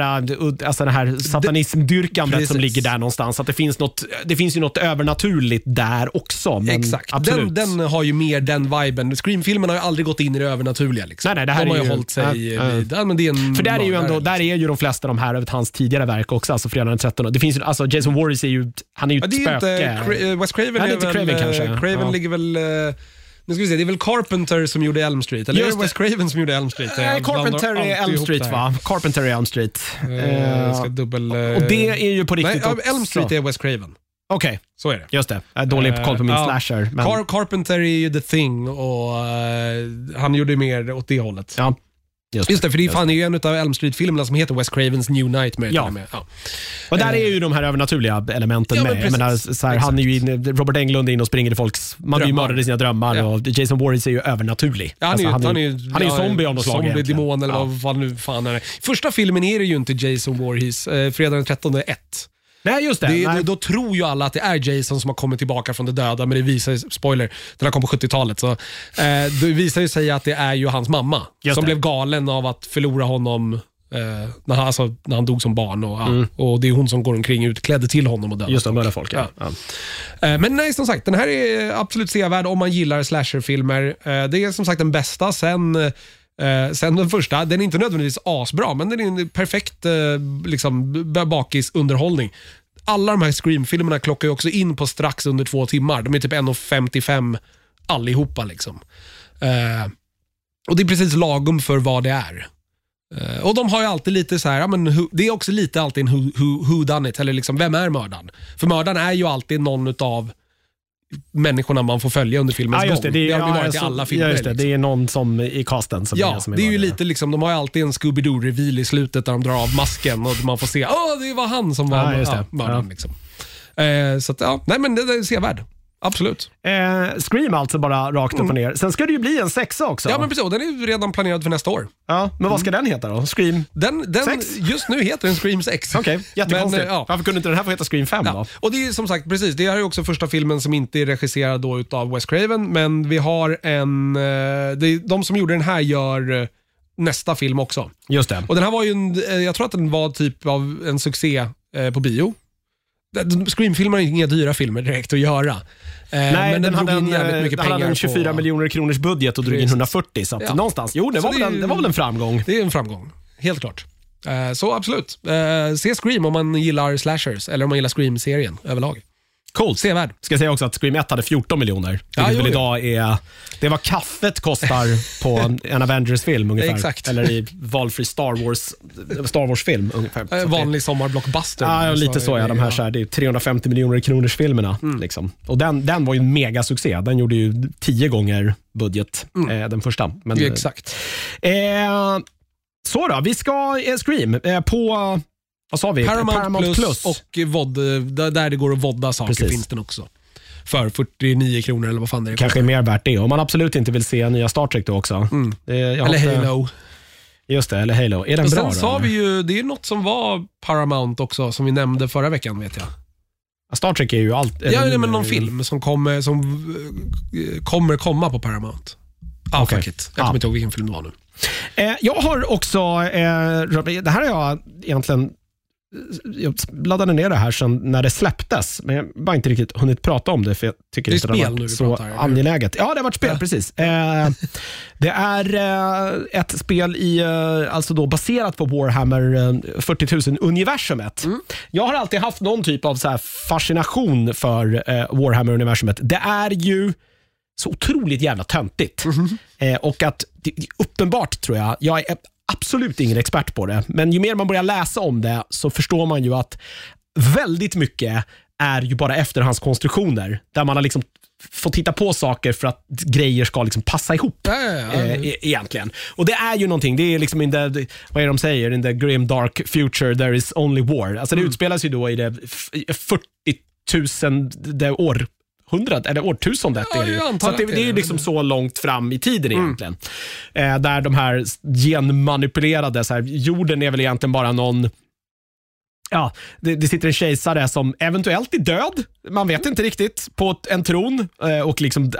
här satanismdyrkandet som ligger där någonstans, att det finns ju något övernaturligt där också, men exakt. Absolut. Den har ju mer den viben. Scream-filmen har ju aldrig gått in i det övernaturliga liksom. Nej, det här de har ju hållit sig men det är för där är ju ändå, där är ju de flesta de här över hans tidigare verk också, alltså fredag den 13. Det finns ju, alltså Jason Voorhees är ju, han är ju ett spöke. Wes Craven är inte Craven kanske. Craven ligger väl nu ska vi se, det är väl Carpenter som gjorde Elm Street, eller är det Wes Craven som gjorde Elm Street? Nej, Carpenter är Elm Street va? Carpenter är Elm Street. Jag ska och det är ju på riktigt också. Elm Street är Wes Craven. Okej. Så är det. Just det. Jag är dålig koll på min slasher. Men... Carpenter är ju The Thing och han gjorde mer åt det hållet. Ja. Just det, för det är ju en av Elm Street-filmerna som heter Wes Cravens New Nightmare. Ja. Och där är ju de här övernaturliga elementen med. Jag menar, så här, han är ju Robert Englund in och springer i folks... Man blir ju mördad i sina drömmar och Jason Voorhees är ju övernaturlig. Ja, han är ju zombie av något slag. Zombie-demon eller vad nu fan är det. Första filmen är det ju inte Jason Voorhees. Fredag den 13:e 1. Nej, just det. Då tror ju alla att det är Jason som har kommit tillbaka från det döda, men det visar sig, spoiler, den har kommit på 70-talet, så det visar ju sig att det är ju hans mamma som blev galen av att förlora honom när han dog som barn och det är hon som går omkring utklädd till honom och dödar. Just det, mördar folk. Ja. Men nej, som sagt, den här är absolut sevärd om man gillar slasherfilmer. Det är som sagt den bästa sen den första. Den är inte nödvändigtvis asbra, men den är en perfekt liksom bakisunderhållning. Alla de här Scream-filmerna klockar ju också in på strax under 2 timmar. De är typ 1:55 allihopa liksom. Och det är precis lagom för vad det är. Och de har ju alltid lite så här, det är också lite alltid en who done it, eller liksom, vem är mördaren? För mördaren är ju alltid någon utav människorna man får följa under filmens gång. Det har ju varit i alla filmer. Just det, det är någon som i casten som är det är ju lite liksom, de har ju alltid en Scooby-Doo-reveal i slutet där de drar av masken och man får se, det var han som var mördaren liksom. Så att, nej men det är sevärd. Absolut. Scream alltså bara rakt upp och ner. Sen ska det ju bli en 6 också. Ja men precis, den är ju redan planerad för nästa år. Ja, men vad ska den heta då? Scream den 6? Just nu heter den Scream 6. Okej, jättekonstigt. Varför kunde inte den här få heta Scream 5 då? Och det är som sagt, precis, det här är också första filmen som inte är regisserad då utav Wes Craven, men vi har de som gjorde den här gör nästa film också. Just det. Och den här var ju jag tror att den var typ av en succé på bio. Scream-filmer är inga dyra filmer direkt att göra. Nej, men den hade en 24 miljoner kronors budget och drog in 140. Så att någonstans, det var väl en framgång. Det är en framgång, helt klart. Så absolut. Se Scream om man gillar slashers eller om man gillar Scream-serien överlag. Coolt. Sevärd. Ska jag säga också att Scream 1 hade 14 miljoner. Idag det var kaffet kostar på en Avengers-film ungefär. Exakt. Eller i valfri Star Wars-film ungefär. Vanlig sommarblockbuster. Ja, lite så. De här det är 350 miljoner kronors filmerna. Liksom. Och den var ju en megasuccé. Den gjorde ju 10 gånger budget, den första. Men, exakt. Så då, vi ska Scream på... Vad sa vi? Paramount Plus och VOD, där det går att vodda saker. Precis. Finns den också. För 49 kronor eller vad fan det är. Kanske är mer värt det. Om man absolut inte vill se nya Star Trek då också. Eller Halo. Just det, eller Halo. Är den och bra då? Sen sa vi ju, det är något som var Paramount också, som vi nämnde förra veckan, vet jag. Star Trek är ju allt... Ja, men någon film som kommer komma på Paramount. Fuck it. Jag kommer inte ihåg vilken film det var nu. Jag har också... det här har jag egentligen... Jag laddade ner det här sen när det släpptes, men jag har bara inte riktigt hunnit prata om det, för jag tycker inte det har varit så angeläget. Ja, det har varit spel, precis. Det är ett spel alltså då baserat på Warhammer 40 000-universumet. Jag har alltid haft någon typ av så här fascination för Warhammer-universumet. Det är ju så otroligt jävla töntigt. Och att det är uppenbart, tror jag är absolut ingen expert på det, men ju mer man börjar läsa om det så förstår man ju att väldigt mycket är ju bara efterhandskonstruktioner där man har liksom fått titta på saker för att grejer ska liksom passa ihop egentligen. Och det är ju någonting, det är liksom vad är de säger, in the grim dark future there is only war. Alltså det utspelas ju då i det 40 000 år 100 eller årtusendet är det ju. Så att det är ju liksom så långt fram i tiden egentligen. Där de här genmanipulerade, så här, jorden är väl egentligen bara någon... Ja, det sitter en kejsare som eventuellt är död. Man vet inte riktigt, på en tron. Och liksom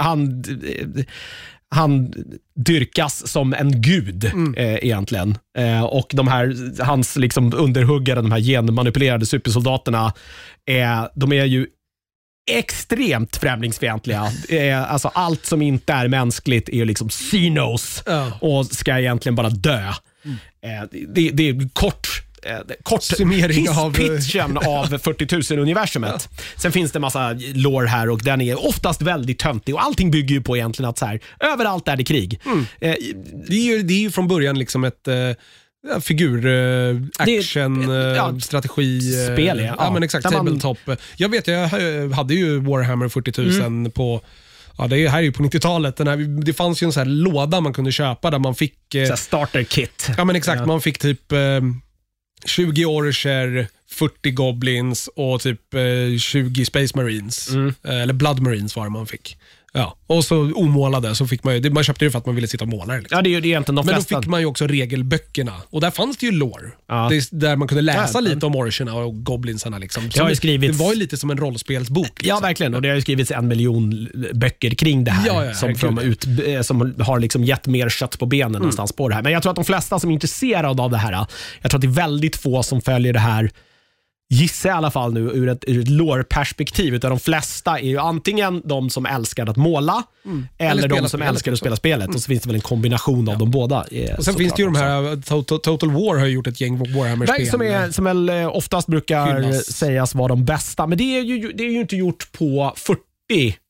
han dyrkas som en gud egentligen. Och de här, hans liksom underhuggare, de här genmanipulerade supersoldaterna, de är ju extremt främlingsfientliga. Alltså allt som inte är mänskligt är ju liksom xenos och ska egentligen bara dö. Det är kort summering av pitchen av 40 000-universumet. Sen finns det en massa lore här och den är oftast väldigt töntig och allting bygger ju på egentligen att så här, överallt är det krig. Det är ju från början liksom ett figur, action, strategi, spel, ja men exakt, tabletop. Jag vet, jag hade ju Warhammer 40 000 på, det här är ju på 90-talet. Det fanns ju en sån här låda man kunde köpa där man fick starter kit. Ja men exakt, man fick typ 20 orcher, 40 goblins och typ 20 space marines eller blood marines var det man fick. Ja, och så omålade så fick man ju, man köpte ju för att man ville sitta och måla det liksom. Ja, det är egentligen de flesta. Men då fick man ju också regelböckerna och där fanns det ju lore. Där man kunde läsa lite om orcherna och goblinsarna liksom. Det var ju lite som en rollspelsbok liksom. Ja, verkligen, och det har ju skrivits 1 miljon böcker kring det här som har liksom gett mer kött på benen någonstans på det här. Men jag tror att de flesta som är intresserade av det här, jag tror att det är väldigt få som följer det här, gissar i alla fall nu ur ett lore-perspektiv, utan de flesta är ju antingen de som älskar att måla eller de som älskar att spela spelet, och så finns det väl en kombination av de båda. Och sen finns det ju de här, Total War har gjort ett gäng Warhammer-spel. Som väl oftast brukar sägas vara de bästa, men det är ju inte gjort på 40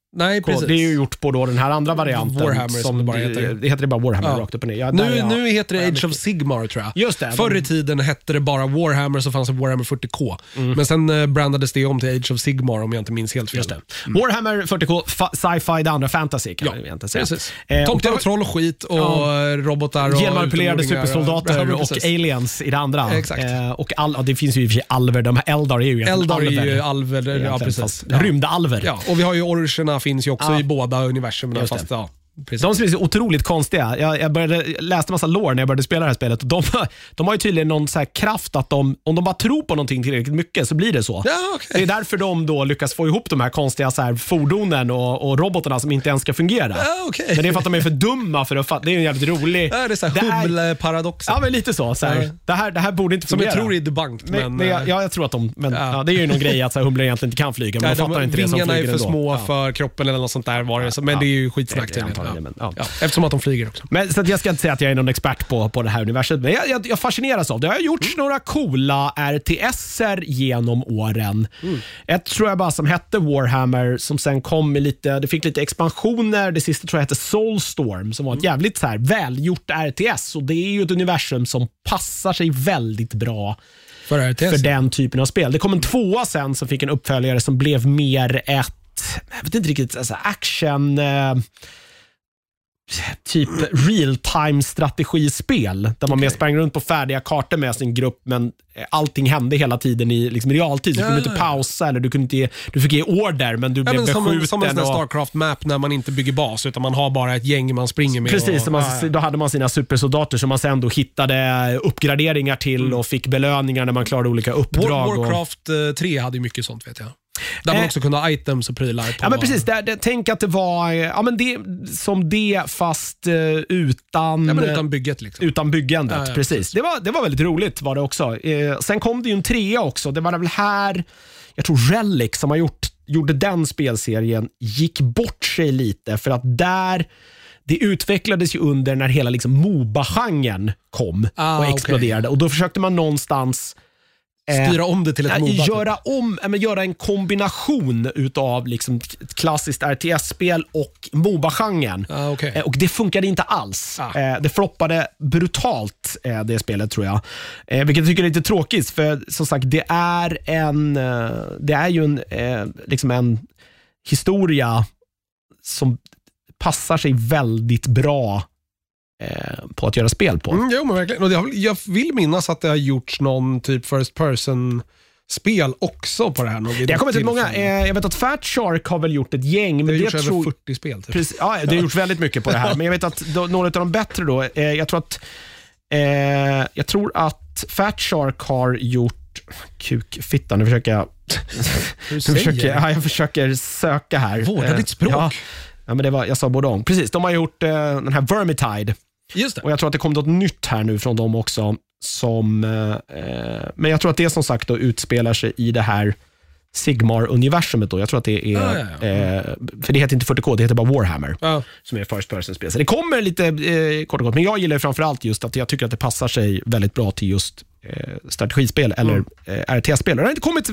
Nej, precis. Det är ju gjort på då den här andra varianten. Warhammer som det bara heter. Det heter det bara Warhammer rakt upp och ner. Ja, nu heter det Age of Sigmar, tror jag. Just det. Förr i tiden hette det bara Warhammer, så fanns det Warhammer 40K. Men sen brandades det om till Age of Sigmar, om jag inte minns helt fel. Just det. Warhammer 40K, sci-fi, det andra fantasy kan man egentligen säga. Precis. Tomtar och troll och skit och robotar och genmanipulerade supersoldater och aliens i det andra. Exakt. Och det finns ju i och för sig alver. De här Eldar är ju alver, ja precis. Rymdalver. Ja, och vi har ju orcherna, finns ju också i båda universumerna, fast precis. De som är så otroligt konstiga. Jag läste massa lore när jag började spela det här spelet. De har ju tydligen någon så här kraft att om de bara tror på någonting tillräckligt mycket så blir det så. Ja, okay. Det är därför de då lyckas få ihop de här konstiga så här fordonen och robotarna som inte ens ska fungera. Ja, okay. Men det är för att de är för dumma för att fatta. Det är en jävligt rolig... Ja, det är så här humleparadox. Ja, men lite så. Här. Det här borde inte fungera. Som jag tror är debunked. Men jag tror att det är ju någon grej att så här, humlor egentligen inte kan flyga. Men de fattar inte det som flyger ändå. Vingarna är för små för kroppen eller något sånt där. Men det är ju skitsnack. Eftersom att de flyger också. Men, så att jag ska inte säga att jag är någon expert på det här universet. Men jag fascineras av det. Jag har gjort några coola RTS-er genom åren. Ett tror jag bara som hette Warhammer, som sen kom med det fick lite expansioner. Det sista tror jag hette Soulstorm, som var ett jävligt så här välgjort RTS. Och det är ju ett universum som passar sig väldigt bra för den typen av spel. Det kom en 2 sen som fick en uppföljare som blev mer jag vet inte riktigt, alltså action... typ real-time strategispel där man mer sprang runt på färdiga kartor med sin grupp, men allting hände hela tiden i liksom realtid. Du kunde inte pausa eller du fick ge order, men du blev beskjuten. Som en Starcraft-map när man inte bygger bas utan man har bara ett gäng man springer med. Precis, då hade man sina supersoldater som man sen då hittade uppgraderingar till och fick belöningar när man klarade olika uppdrag. Warcraft 3 hade ju mycket sånt, vet jag. Där man också kunde ha items och prylar på. Ja, men precis. Tänk att det var det som det fast utan bygget liksom. Utan byggandet, precis. Det var väldigt roligt var det också. Sen kom det ju en 3 också. Det var väl här, jag tror Relic som gjorde den spelserien gick bort sig lite, för att det utvecklades ju under när hela liksom MOBA-genren kom och exploderade. Och då försökte man någonstans styra om det till ett MOBA. Göra en kombination utav liksom ett klassiskt RTS-spel och MOBA-genren. Okay. Och det funkade inte alls. Det floppade brutalt, det spelet, tror jag. Vilket jag tycker är lite tråkigt, för som sagt, det är ju liksom en historia som passar sig väldigt bra på att göra spel på. Jo, men verkligen. Och jag vill minnas att det har gjorts någon typ first person spel också på det här. Det har kommit många. Jag vet att Fat Shark har väl gjort ett gäng. Men det har gjorts över 40 spel. Typ. Precis, ja, det har gjorts väldigt mycket på det här. Men jag vet att några av de bättre då, jag tror att Fat Shark har gjort kukfittan. Nu försöker jag försöker söka här. Vårda ditt språk. Ja, men jag sa både om. Precis, de har gjort den här Vermintide. Just det. Och jag tror att det kommer något nytt här nu från dem också. Men jag tror att det som sagt då utspelar sig i det här Sigmar-universumet då. Jag tror att det är... för det heter inte 40K, det heter bara Warhammer. Som är first person-spel. Så det kommer lite kort och gott. Men jag gillar framförallt just att jag tycker att det passar sig väldigt bra till just strategispel eller RTS-spel. Det har inte kommit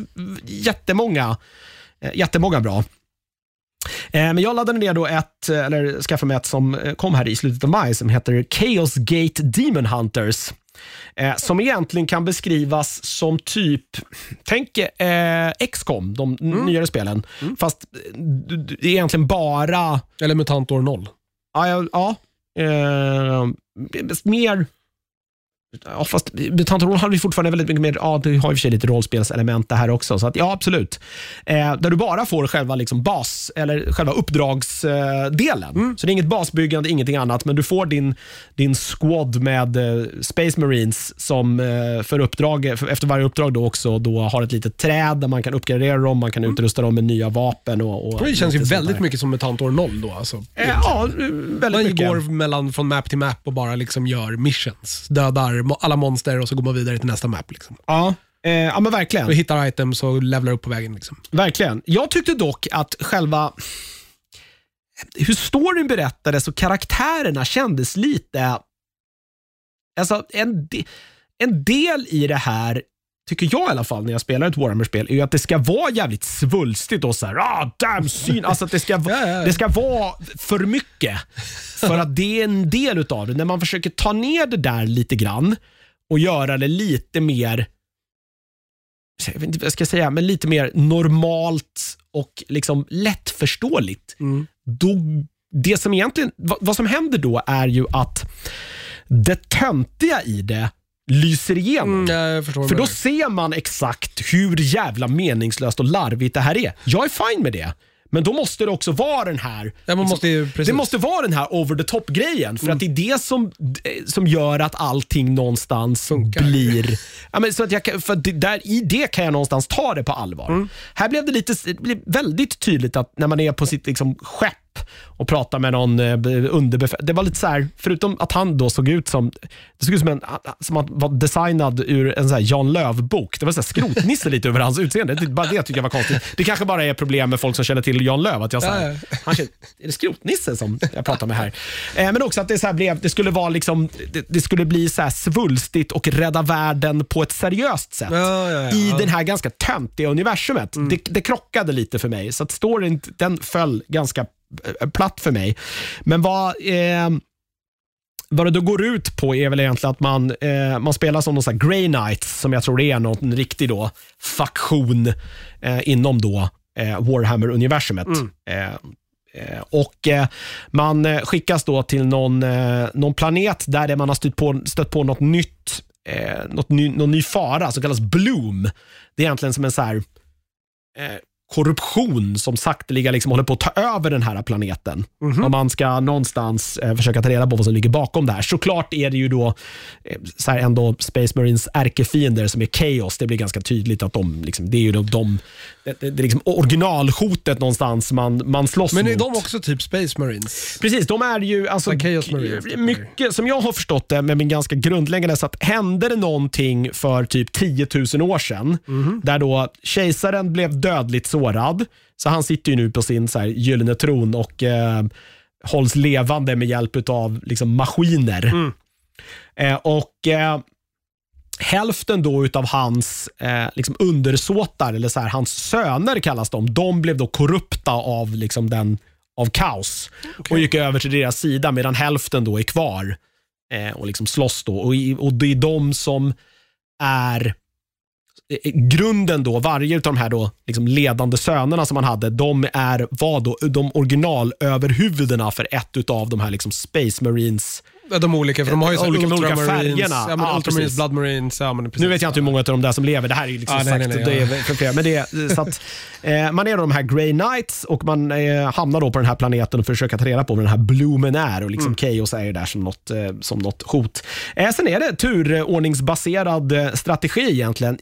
jättemånga bra. Men jag laddade ner då skaffade mig ett som kom här i slutet av maj som heter Chaos Gate Demon Hunters. Som egentligen kan beskrivas som typ, tänk XCOM, de nyare spelen. Fast det är egentligen bara... Eller Mutant År 0. Mer... Ja, fast Mutant-roll har vi fortfarande väldigt mycket mer. Ja, det har i och för sig lite rollspelselement det här också. Så att, ja, absolut. Där du bara får själva liksom bas eller själva uppdragsdelen. Så det är inget basbyggande, ingenting annat. Men du får din squad med Space Marines som efter varje uppdrag då också då har ett litet träd där man kan uppgradera dem, man kan utrusta dem med nya vapen. Det känns ju väldigt mycket som Mutant År 0 då. Alltså. Ja, väldigt mycket. Man går från map till map och bara liksom gör missions. Dödar alla monster och så går man vidare till nästa map liksom. Ja, men verkligen. Och hittar items och levlar upp på vägen liksom. Verkligen. Jag tyckte dock att själva hur storyn berättades och karaktärerna kändes lite, alltså en del i det här tycker jag i alla fall när jag spelar ett Warhammer-spel, är ju att det ska vara jävligt svulstigt och så här, damn syn, alltså att det ska vara för mycket. För att det är en del utav det. När man försöker ta ner det där lite grann och göra det lite mer, jag vet inte vad jag ska säga, men lite mer normalt och liksom lättförståeligt. Då, det som egentligen, vad som händer då är ju att det töntiga i det lyser igenom. För då ser man exakt hur jävla meningslöst och larvigt det här är. Jag är fine med det. Men då måste det också vara den här det måste vara den här over the top grejen, för att det är det som gör att allting någonstans blir så att i det kan jag någonstans ta det på allvar. Här blev det blev väldigt tydligt att när man är på sitt liksom skepp och pratar med någon underbefäl, det var lite så här, förutom att han då såg ut som som att var designad ur en så här Jan Löv-bok. Det var så här skrotnisse lite över hans utseende. Bara det tycker jag var konstigt. Det kanske bara är problem med folk som känner till Jan Löv, att jag säger är det skrotnisse som jag pratar med här. Men också att det så här det skulle vara liksom det skulle bli så här svulstigt och rädda världen på ett seriöst sätt i den här ganska töntiga universumet. Det krockade lite för mig, så att storyn den föll ganska platt för mig. Men vad det då går ut på är väl egentligen att man spelar som någon sån här Grey Knights, som jag tror det är någon riktig då faktion inom då Warhammer-universumet. Och man skickas då till någon planet där man har stött på något nytt, någon ny fara som kallas Bloom. Det är egentligen som en så här korruption som sakteliga liksom håller på att ta över den här planeten. Och man ska någonstans försöka ta reda på vad som ligger bakom det här. Såklart är det ju då så här ändå Space Marines ärkefiender som är Chaos. Det blir ganska tydligt att de liksom, det är ju det är liksom originalhotet någonstans man slåss mot. Men är de också typ Space Marines? Precis, de är ju alltså Chaos Marines, mycket som jag har förstått det med min ganska grundläggande, så att hände det någonting för typ 10 000 år sedan där då kejsaren blev dödligt sårad, så han sitter ju nu på sin så här gyllene tron och hålls levande med hjälp av liksom maskiner. Hälften då utav hans liksom undersåtar, eller så här, hans söner kallas de blev då korrupta av liksom av kaos och gick över till deras sida, medan hälften då är kvar och liksom slåss då, och det är de som är grunden då. Varje av de här då liksom ledande sönerna som man hade, var då de originalöverhuvudena för ett utav de här liksom Space Marines. De olika, för de har ju så olika färgerna. Ultramarines, Blood Marines. Nu vet jag inte hur många av de där som lever. Det här är ju liksom sagt. Det är för fler. Men så att man är då de här Grey Knights, och man hamnar då på den här planeten och försöker ta reda på vad den här Bloomen är, och liksom Chaos är ju där som något hot. Sen är det turordningsbaserad strategi egentligen.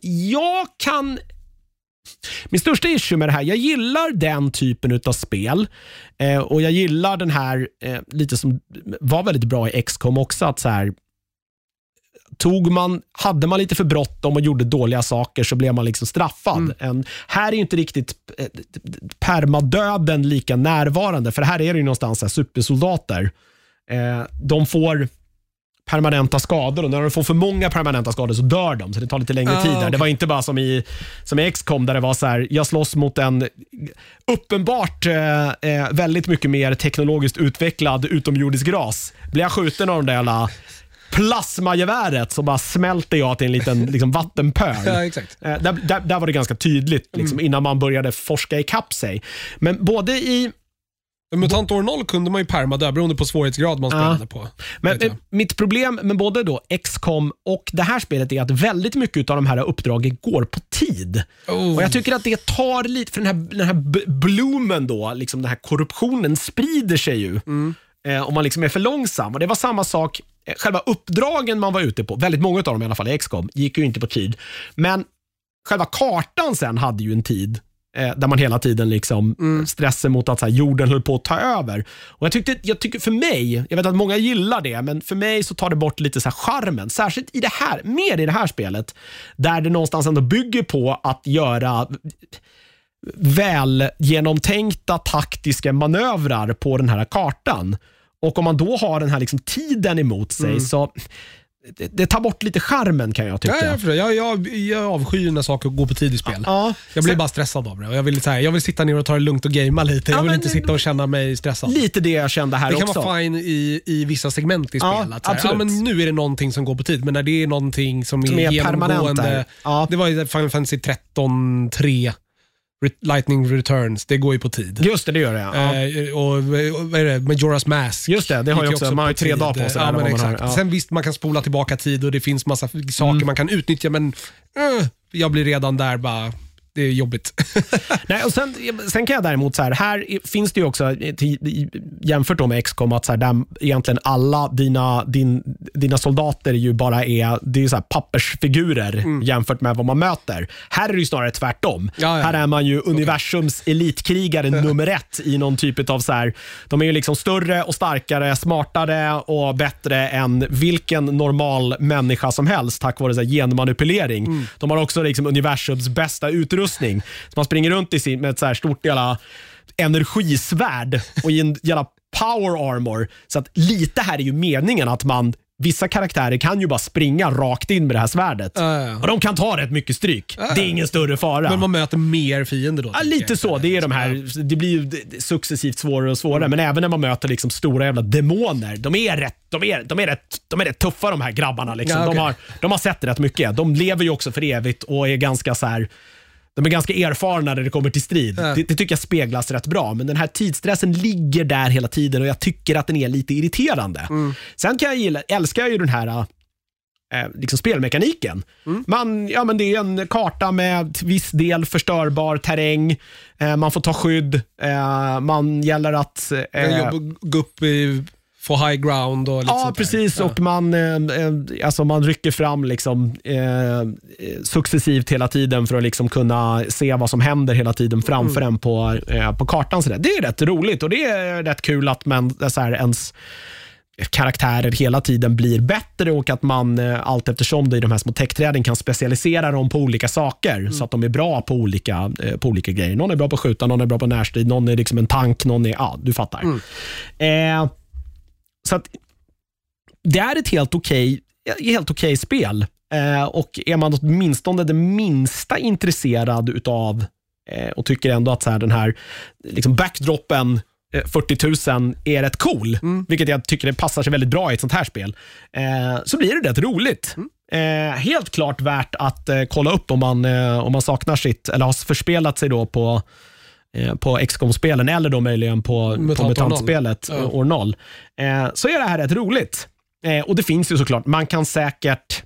Min största issue med det här, jag gillar den typen av spel, och jag gillar den här lite som var väldigt bra i XCOM också, att så här, hade man lite för bråttom och gjorde dåliga saker, så blev man liksom straffad. Här är ju inte riktigt permadöden lika närvarande, för här är det ju någonstans så här, supersoldater. De får permanenta skador, och när de får för många permanenta skador så dör de, så det tar lite längre tid där. Det var inte bara som i XCOM där det var så här, jag slåss mot en uppenbart väldigt mycket mer teknologiskt utvecklad utomjordisk ras. Blir jag skjuten av den där jävla plasmageväret, så bara smälter jag till en liten liksom, vattenpöl. Ja, exakt. Där var det ganska tydligt liksom, innan man började forska ikapp sig. Men både i Mutant År 0 kunde man ju permadö beroende på svårighetsgrad man spelade på. Men mitt problem med både då XCOM och det här spelet är att väldigt mycket av de här uppdragen går på tid. Och jag tycker att det tar lite, för den här bloomen då, liksom den här korruptionen sprider sig ju om man liksom är för långsam. Och det var samma sak, själva uppdragen man var ute på, väldigt många av dem i alla fall i XCOM, gick ju inte på tid. Men själva kartan sen hade ju en tid där man hela tiden liksom stressar mot att så här, jorden höll på att ta över. Och jag tycker för mig, jag vet att många gillar det, men för mig så tar det bort lite så här charmen, särskilt i det här spelet, där det någonstans ändå bygger på att göra väl genomtänkta taktiska manövrar på den här kartan. Och om man då har den här liksom tiden emot sig, så det tar bort lite charmen, kan jag tycka. Jag avskyr när saker går på tid i spel. Jag blir bara stressad av det. Jag vill sitta ner och ta det lugnt och gamea lite. Jag vill inte sitta och känna mig stressad. Lite det jag kände här också. Det kan vara fine i vissa segment i spel. Att men nu är det någonting som går på tid. Men när det är någonting som är genomgående. Det var ju Final Fantasy 13.3 Lightning Returns, det går ju på tid. Just det gör det. Och vad är det? Majora's Mask. Just det har ju också man har 3 dagar på sig. Men exakt. Sen visst, man kan spola tillbaka tid och det finns massa saker man kan utnyttja, men jag blir redan där bara, det är jobbigt. Nej, och sen kan jag däremot så här finns det ju också jämfört då med XCOM att så här, där egentligen alla dina soldater ju bara det är ju så här pappersfigurer jämfört med vad man möter. Här är det ju snarare tvärtom. Här är man ju universums elitkrigare nummer 1 i någon typ av så här, de är ju liksom större och starkare, smartare och bättre än vilken normal människa som helst tack vare så här genmanipulering. De har också liksom universums bästa utrustning. Så man springer runt med ett så här stort jävla energisvärd och i en jävla power armor. Så att lite här är ju meningen att vissa karaktärer kan ju bara springa rakt in med det här svärdet. Och de kan ta rätt mycket stryk. Det är ingen större fara. Men man möter mer fiender då? Lite så. Det är de här, det blir ju successivt svårare och svårare. Men även när man möter liksom stora jävla demoner. De är rätt tuffa, de här grabbarna. Liksom. De har sett rätt mycket. De lever ju också för evigt och är ganska så här. De är ganska erfarna när det kommer till strid. Det tycker jag speglas rätt bra. Men den här tidsstressen ligger där hela tiden och jag tycker att den är lite irriterande. Sen kan älskar jag ju den här liksom spelmekaniken. Men det är en karta med viss del förstörbar terräng. Man får ta skydd. Man gäller att gå upp få high ground och lite sånt precis. Och man rycker fram liksom, successivt hela tiden för att liksom kunna se vad som händer hela tiden framför en på kartan. Så det är rätt roligt och det är rätt kul att ens karaktärer hela tiden blir bättre och att man allt eftersom det i de här små techträden kan specialisera dem på olika saker så att de är bra på olika grejer. Någon är bra på att skjuta, någon är bra på närstrid, någon är liksom en tank, någon är, du fattar. Så att det är ett helt okej spel. Och är man åtminstone det minsta intresserad utav och tycker ändå att så här, den här liksom backdropen 40 000 är rätt cool, vilket jag tycker det passar sig väldigt bra i ett sånt här spel, så blir det rätt roligt. Helt klart värt att kolla upp om man saknar sitt eller har förspelat sig då på XCOM-spelen eller då möjligen på MUTANT-spelet år 0. Så är det här rätt roligt. Och det finns ju såklart, man kan säkert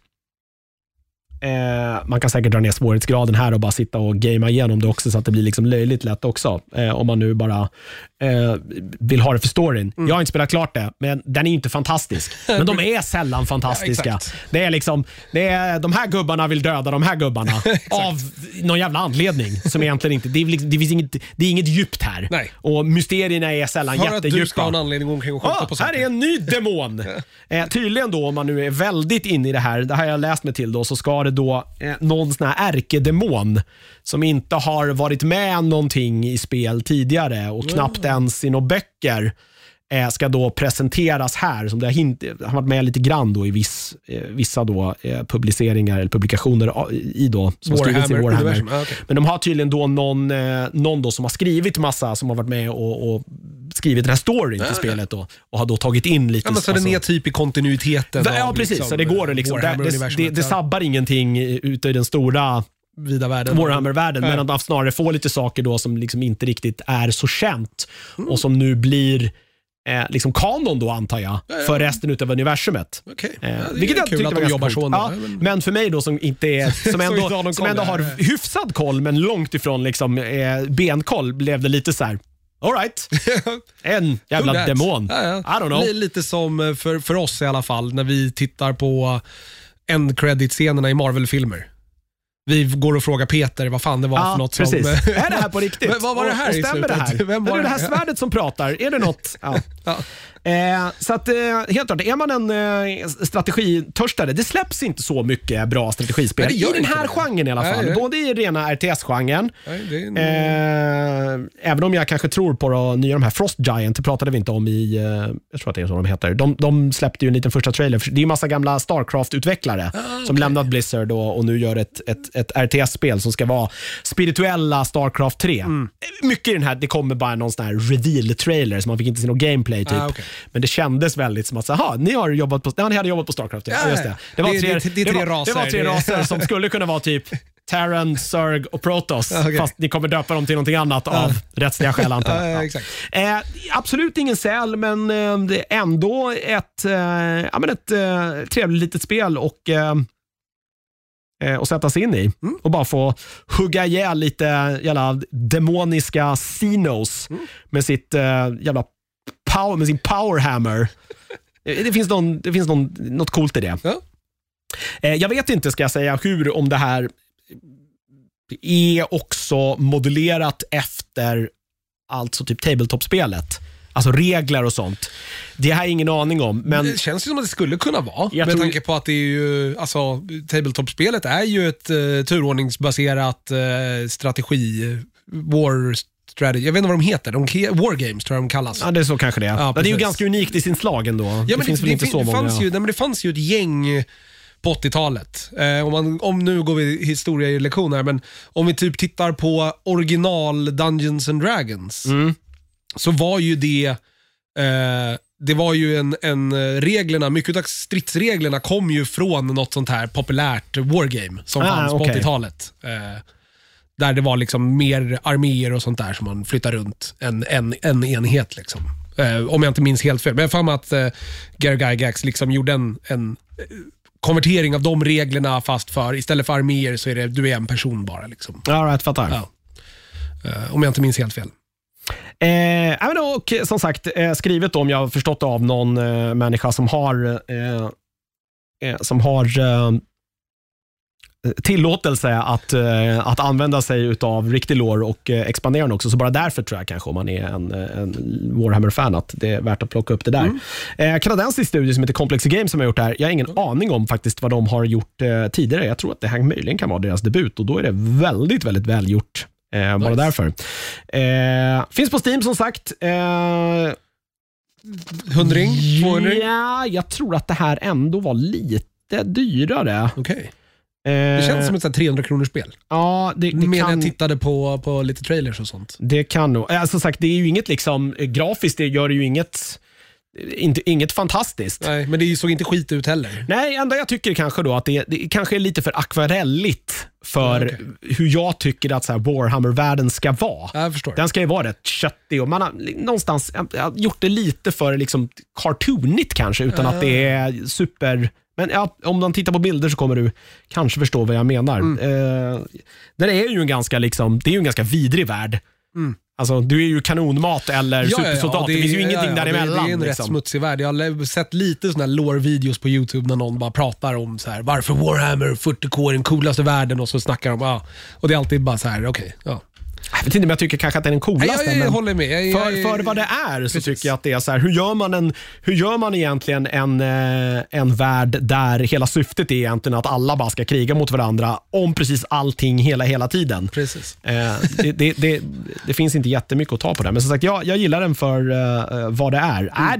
dra ner svårighetsgraden här och bara sitta och gamea igenom det också så att det blir liksom löjligt lätt också. Om man nu bara vill ha det för storyn. Jag har inte spelat klart det, men den är inte fantastisk. Men de är sällan fantastiska. Det är liksom, de här gubbarna vill döda de här gubbarna av någon jävla anledning som egentligen inte, det är inget djupt här. Nej. Och mysterierna är sällan jättedjupa. För att du ska ha en anledning att skjuta på saker. Här är en ny demon. Tydligen då, om man nu är väldigt inne i det här har jag läst mig till då, så ska det då någon sån här ärkedemon som inte har varit med någonting i spel tidigare och knappt ens i några böcker ska då presenteras här, som det har varit med lite grann då i vissa då publiceringar eller publikationer i då som har skrivits i Warhammer. Men de har tydligen då någon då som har skrivit massa, som har varit med och skrivit den här storyn till spelet då, och har då tagit in lite. Så den är typ i kontinuiteten. Ja, precis. Liksom, så det går liksom, det sabbar ingenting ute i den stora vida världen. Warhammer-världen, men att man snarare får lite saker då som liksom inte riktigt är så känt och som nu blir liksom kanon då, antar jag, för resten utav universumet. Vilket jag tycker att de jobbar så. Men för mig då som inte är som ändå har hyfsad koll men långt ifrån liksom benkoll, blev det lite så här. All right. En jävla demon. I don't know. Lite som för oss i alla fall när vi tittar på end credit-scenerna i Marvel-filmer. vi går och frågar Peter vad fan det var för något precis. som... Är det här på riktigt? Vad var det här i stämmer slutet? det här? Vem var är det här svärdet som pratar? Är det något? Ja. Så att helt klart, är man en strategitörstare, det släpps inte så mycket bra strategispel i den här genren i alla fall. Både i rena RTS-genren, även om jag kanske tror på de här Frost Giant, det pratade vi inte om i, jag tror att det är så de heter. De släppte ju en liten första trailer. Det är ju massa gamla StarCraft-utvecklare som lämnat Blizzard och nu gör ett RTS-spel som ska vara spirituella StarCraft 3. Mycket i den här, det kommer bara någon sån här reveal-trailer så man fick inte se någon gameplay typ. Men det kändes väldigt som att ni hade jobbat på StarCraft. Just det. Det var tre raser som skulle kunna vara typ Terran, Zerg och Protoss, fast ni kommer döpa dem till någonting annat av rättsliga skäl antar jag. Absolut ingen säl, men det är ändå ett trevligt litet spel och sätta sig in i och bara få hugga ihjäl lite jävla demoniska Xenos med sitt jävla med sin powerhammer. Det finns något coolt i det. Jag vet inte, ska jag säga, om det här är också modellerat efter alltså typ tabletop-spelet. Alltså regler och sånt. Det har jag ingen aning om. Men det känns ju som att det skulle kunna vara. Med tanke på att det är ju, alltså, tabletop-spelet är ju ett turordningsbaserat strategi, war strategy. Jag vet inte vad de heter. Wargames tror jag de kallas. Ja, det är så kanske det. Ja, det är ju ganska unikt i sin slag ändå. Ja, det finns väl inte så många. Det fanns ju ett gäng på 80-talet. Om nu går vi historielektion här, men om vi typ tittar på original Dungeons and Dragons så var ju det var ju reglerna, mycket av stridsreglerna kom ju från något sånt här populärt wargame som fanns på 80-talet. Där det var liksom mer arméer och sånt där som man flyttar runt en enhet liksom. Om jag inte minns helt fel. Men jag får med att Gary Gygax liksom gjorde en konvertering av de reglerna, fast för istället för arméer så är det du är en person bara liksom. Ja, rätt, fattar. Ja. Om jag inte minns helt fel. Och som sagt, skrivet om jag har förstått av någon människa som har tillåtelse att använda sig utav riktig lore och expandera den också. Så bara därför tror jag kanske, om man är en Warhammer-fan, att det är värt att plocka upp det där. Kanadensisk studio som heter Complex Games som har gjort det här. Jag har ingen aning om faktiskt vad de har gjort tidigare. Jag tror att det här möjligen kan vara deras debut och då är det väldigt, väldigt välgjort. Bara därför. Finns på Steam som sagt. 100? 200? Ja, jag tror att det här ändå var lite dyrare. Okej. Det känns som ett 300 kronors spel. Ja, det kan... jag tittade på lite trailers och sånt. Det kan nog. Alltså sagt, det är ju inget liksom grafiskt, det gör ju inget fantastiskt. Nej, men det såg inte skit ut heller. Nej, enda jag tycker kanske då att det kanske är lite för akvarelligt för hur jag tycker att så här Warhammer-världen ska vara. Jag förstår. Den ska ju vara rätt köttig och man har någonstans gjort det lite för liksom cartoonigt kanske, utan att det är super... Men ja, om man tittar på bilder så kommer du kanske förstå vad jag menar. Det är ju en ganska vidrig värld. Alltså, du är ju kanonmat eller supersoldat. Det finns ju ingenting däremellan. Det är en rätt smutsig värld. Jag har sett lite såna här lore-videos på YouTube när någon bara pratar om så här, varför Warhammer 40K är den coolaste världen, och så snackar de och det är alltid bara så här, okej. Jag vet inte om jag tycker kanske att det är den coolaste. Jag håller med. För vad det är så tycker jag att det är så här, hur gör man egentligen en värld där hela syftet är egentligen att alla bara ska kriga mot varandra om precis allting hela tiden. Precis. Det finns inte jättemycket att ta på det. Men som sagt, jag gillar den för vad det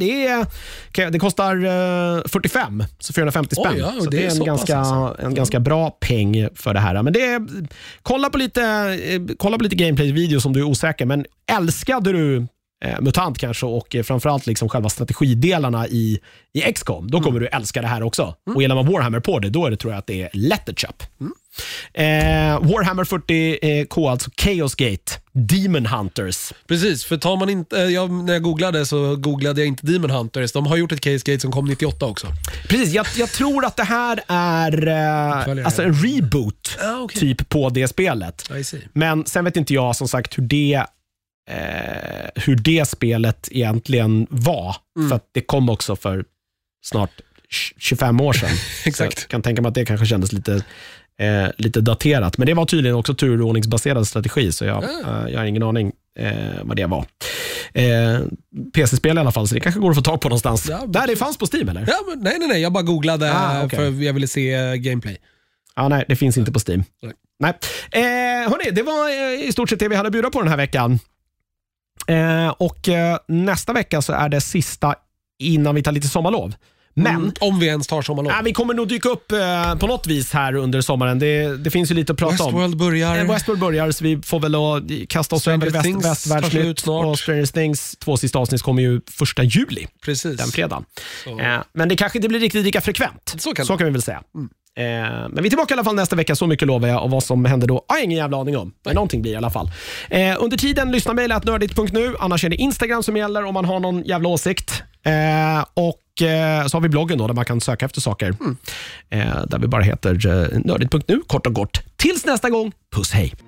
är. Det kostar 45, så 450 spänn. Så det är en ganska bra peng för det här. Men kolla på lite gameplay-videos om du är osäker, men älskade du MUTANT kanske och framförallt liksom själva strategidelarna i XCOM, då kommer du älska det här också. Och gillar man Warhammer på det, då tror jag att det är lätt att köpa. Warhammer 40K, alltså Chaos Gate, Demon Hunters. Precis, för tar man inte, när jag googlade så googlade jag inte Demon Hunters. De har gjort ett Chaos Gate som kom 98 också. Precis, jag tror att det här är alltså en reboot typ på det spelet. Men sen vet inte jag som sagt hur det spelet egentligen var. För att det kom också för snart 25 år sedan. Exakt. Jag kan tänka mig att det kanske kändes lite daterat. Men det var tydligen också turordningsbaserad strategi, så jag har ingen aning vad det var. PC-spel i alla fall, så det kanske går att få tag på någonstans. Där det fanns på Steam, eller? Ja, men nej, jag bara googlade för jag ville se gameplay. Nej, det finns inte på Steam. Nej. Hörrni, det var i stort sett det vi hade att bjuda på den här veckan. Och nästa vecka så är det sista innan vi tar lite sommarlov. Men om vi ens tar sommarlov. Vi kommer nog dyka upp på något vis här under sommaren. Det finns ju lite att prata om. Westworld börjar, så vi får väl kasta oss över Västvärldsnytt och Stranger Things. 2 sista avsnitt kommer ju 1 juli. Precis. Den fredagen. Men det kanske inte blir riktigt lika frekvent. Så kan vi väl säga. Men vi är tillbaka i alla fall nästa vecka, så mycket lovar jag. Och vad som händer då har jag ingen jävla aning om. Men någonting blir i alla fall. Under tiden, lyssna mejla @nördigt.nu. Annars är det Instagram som gäller om man har någon jävla åsikt. Och så har vi bloggen då, där man kan söka efter saker. Där vi bara heter nördigt.nu, kort och gott. Tills nästa gång, puss hej!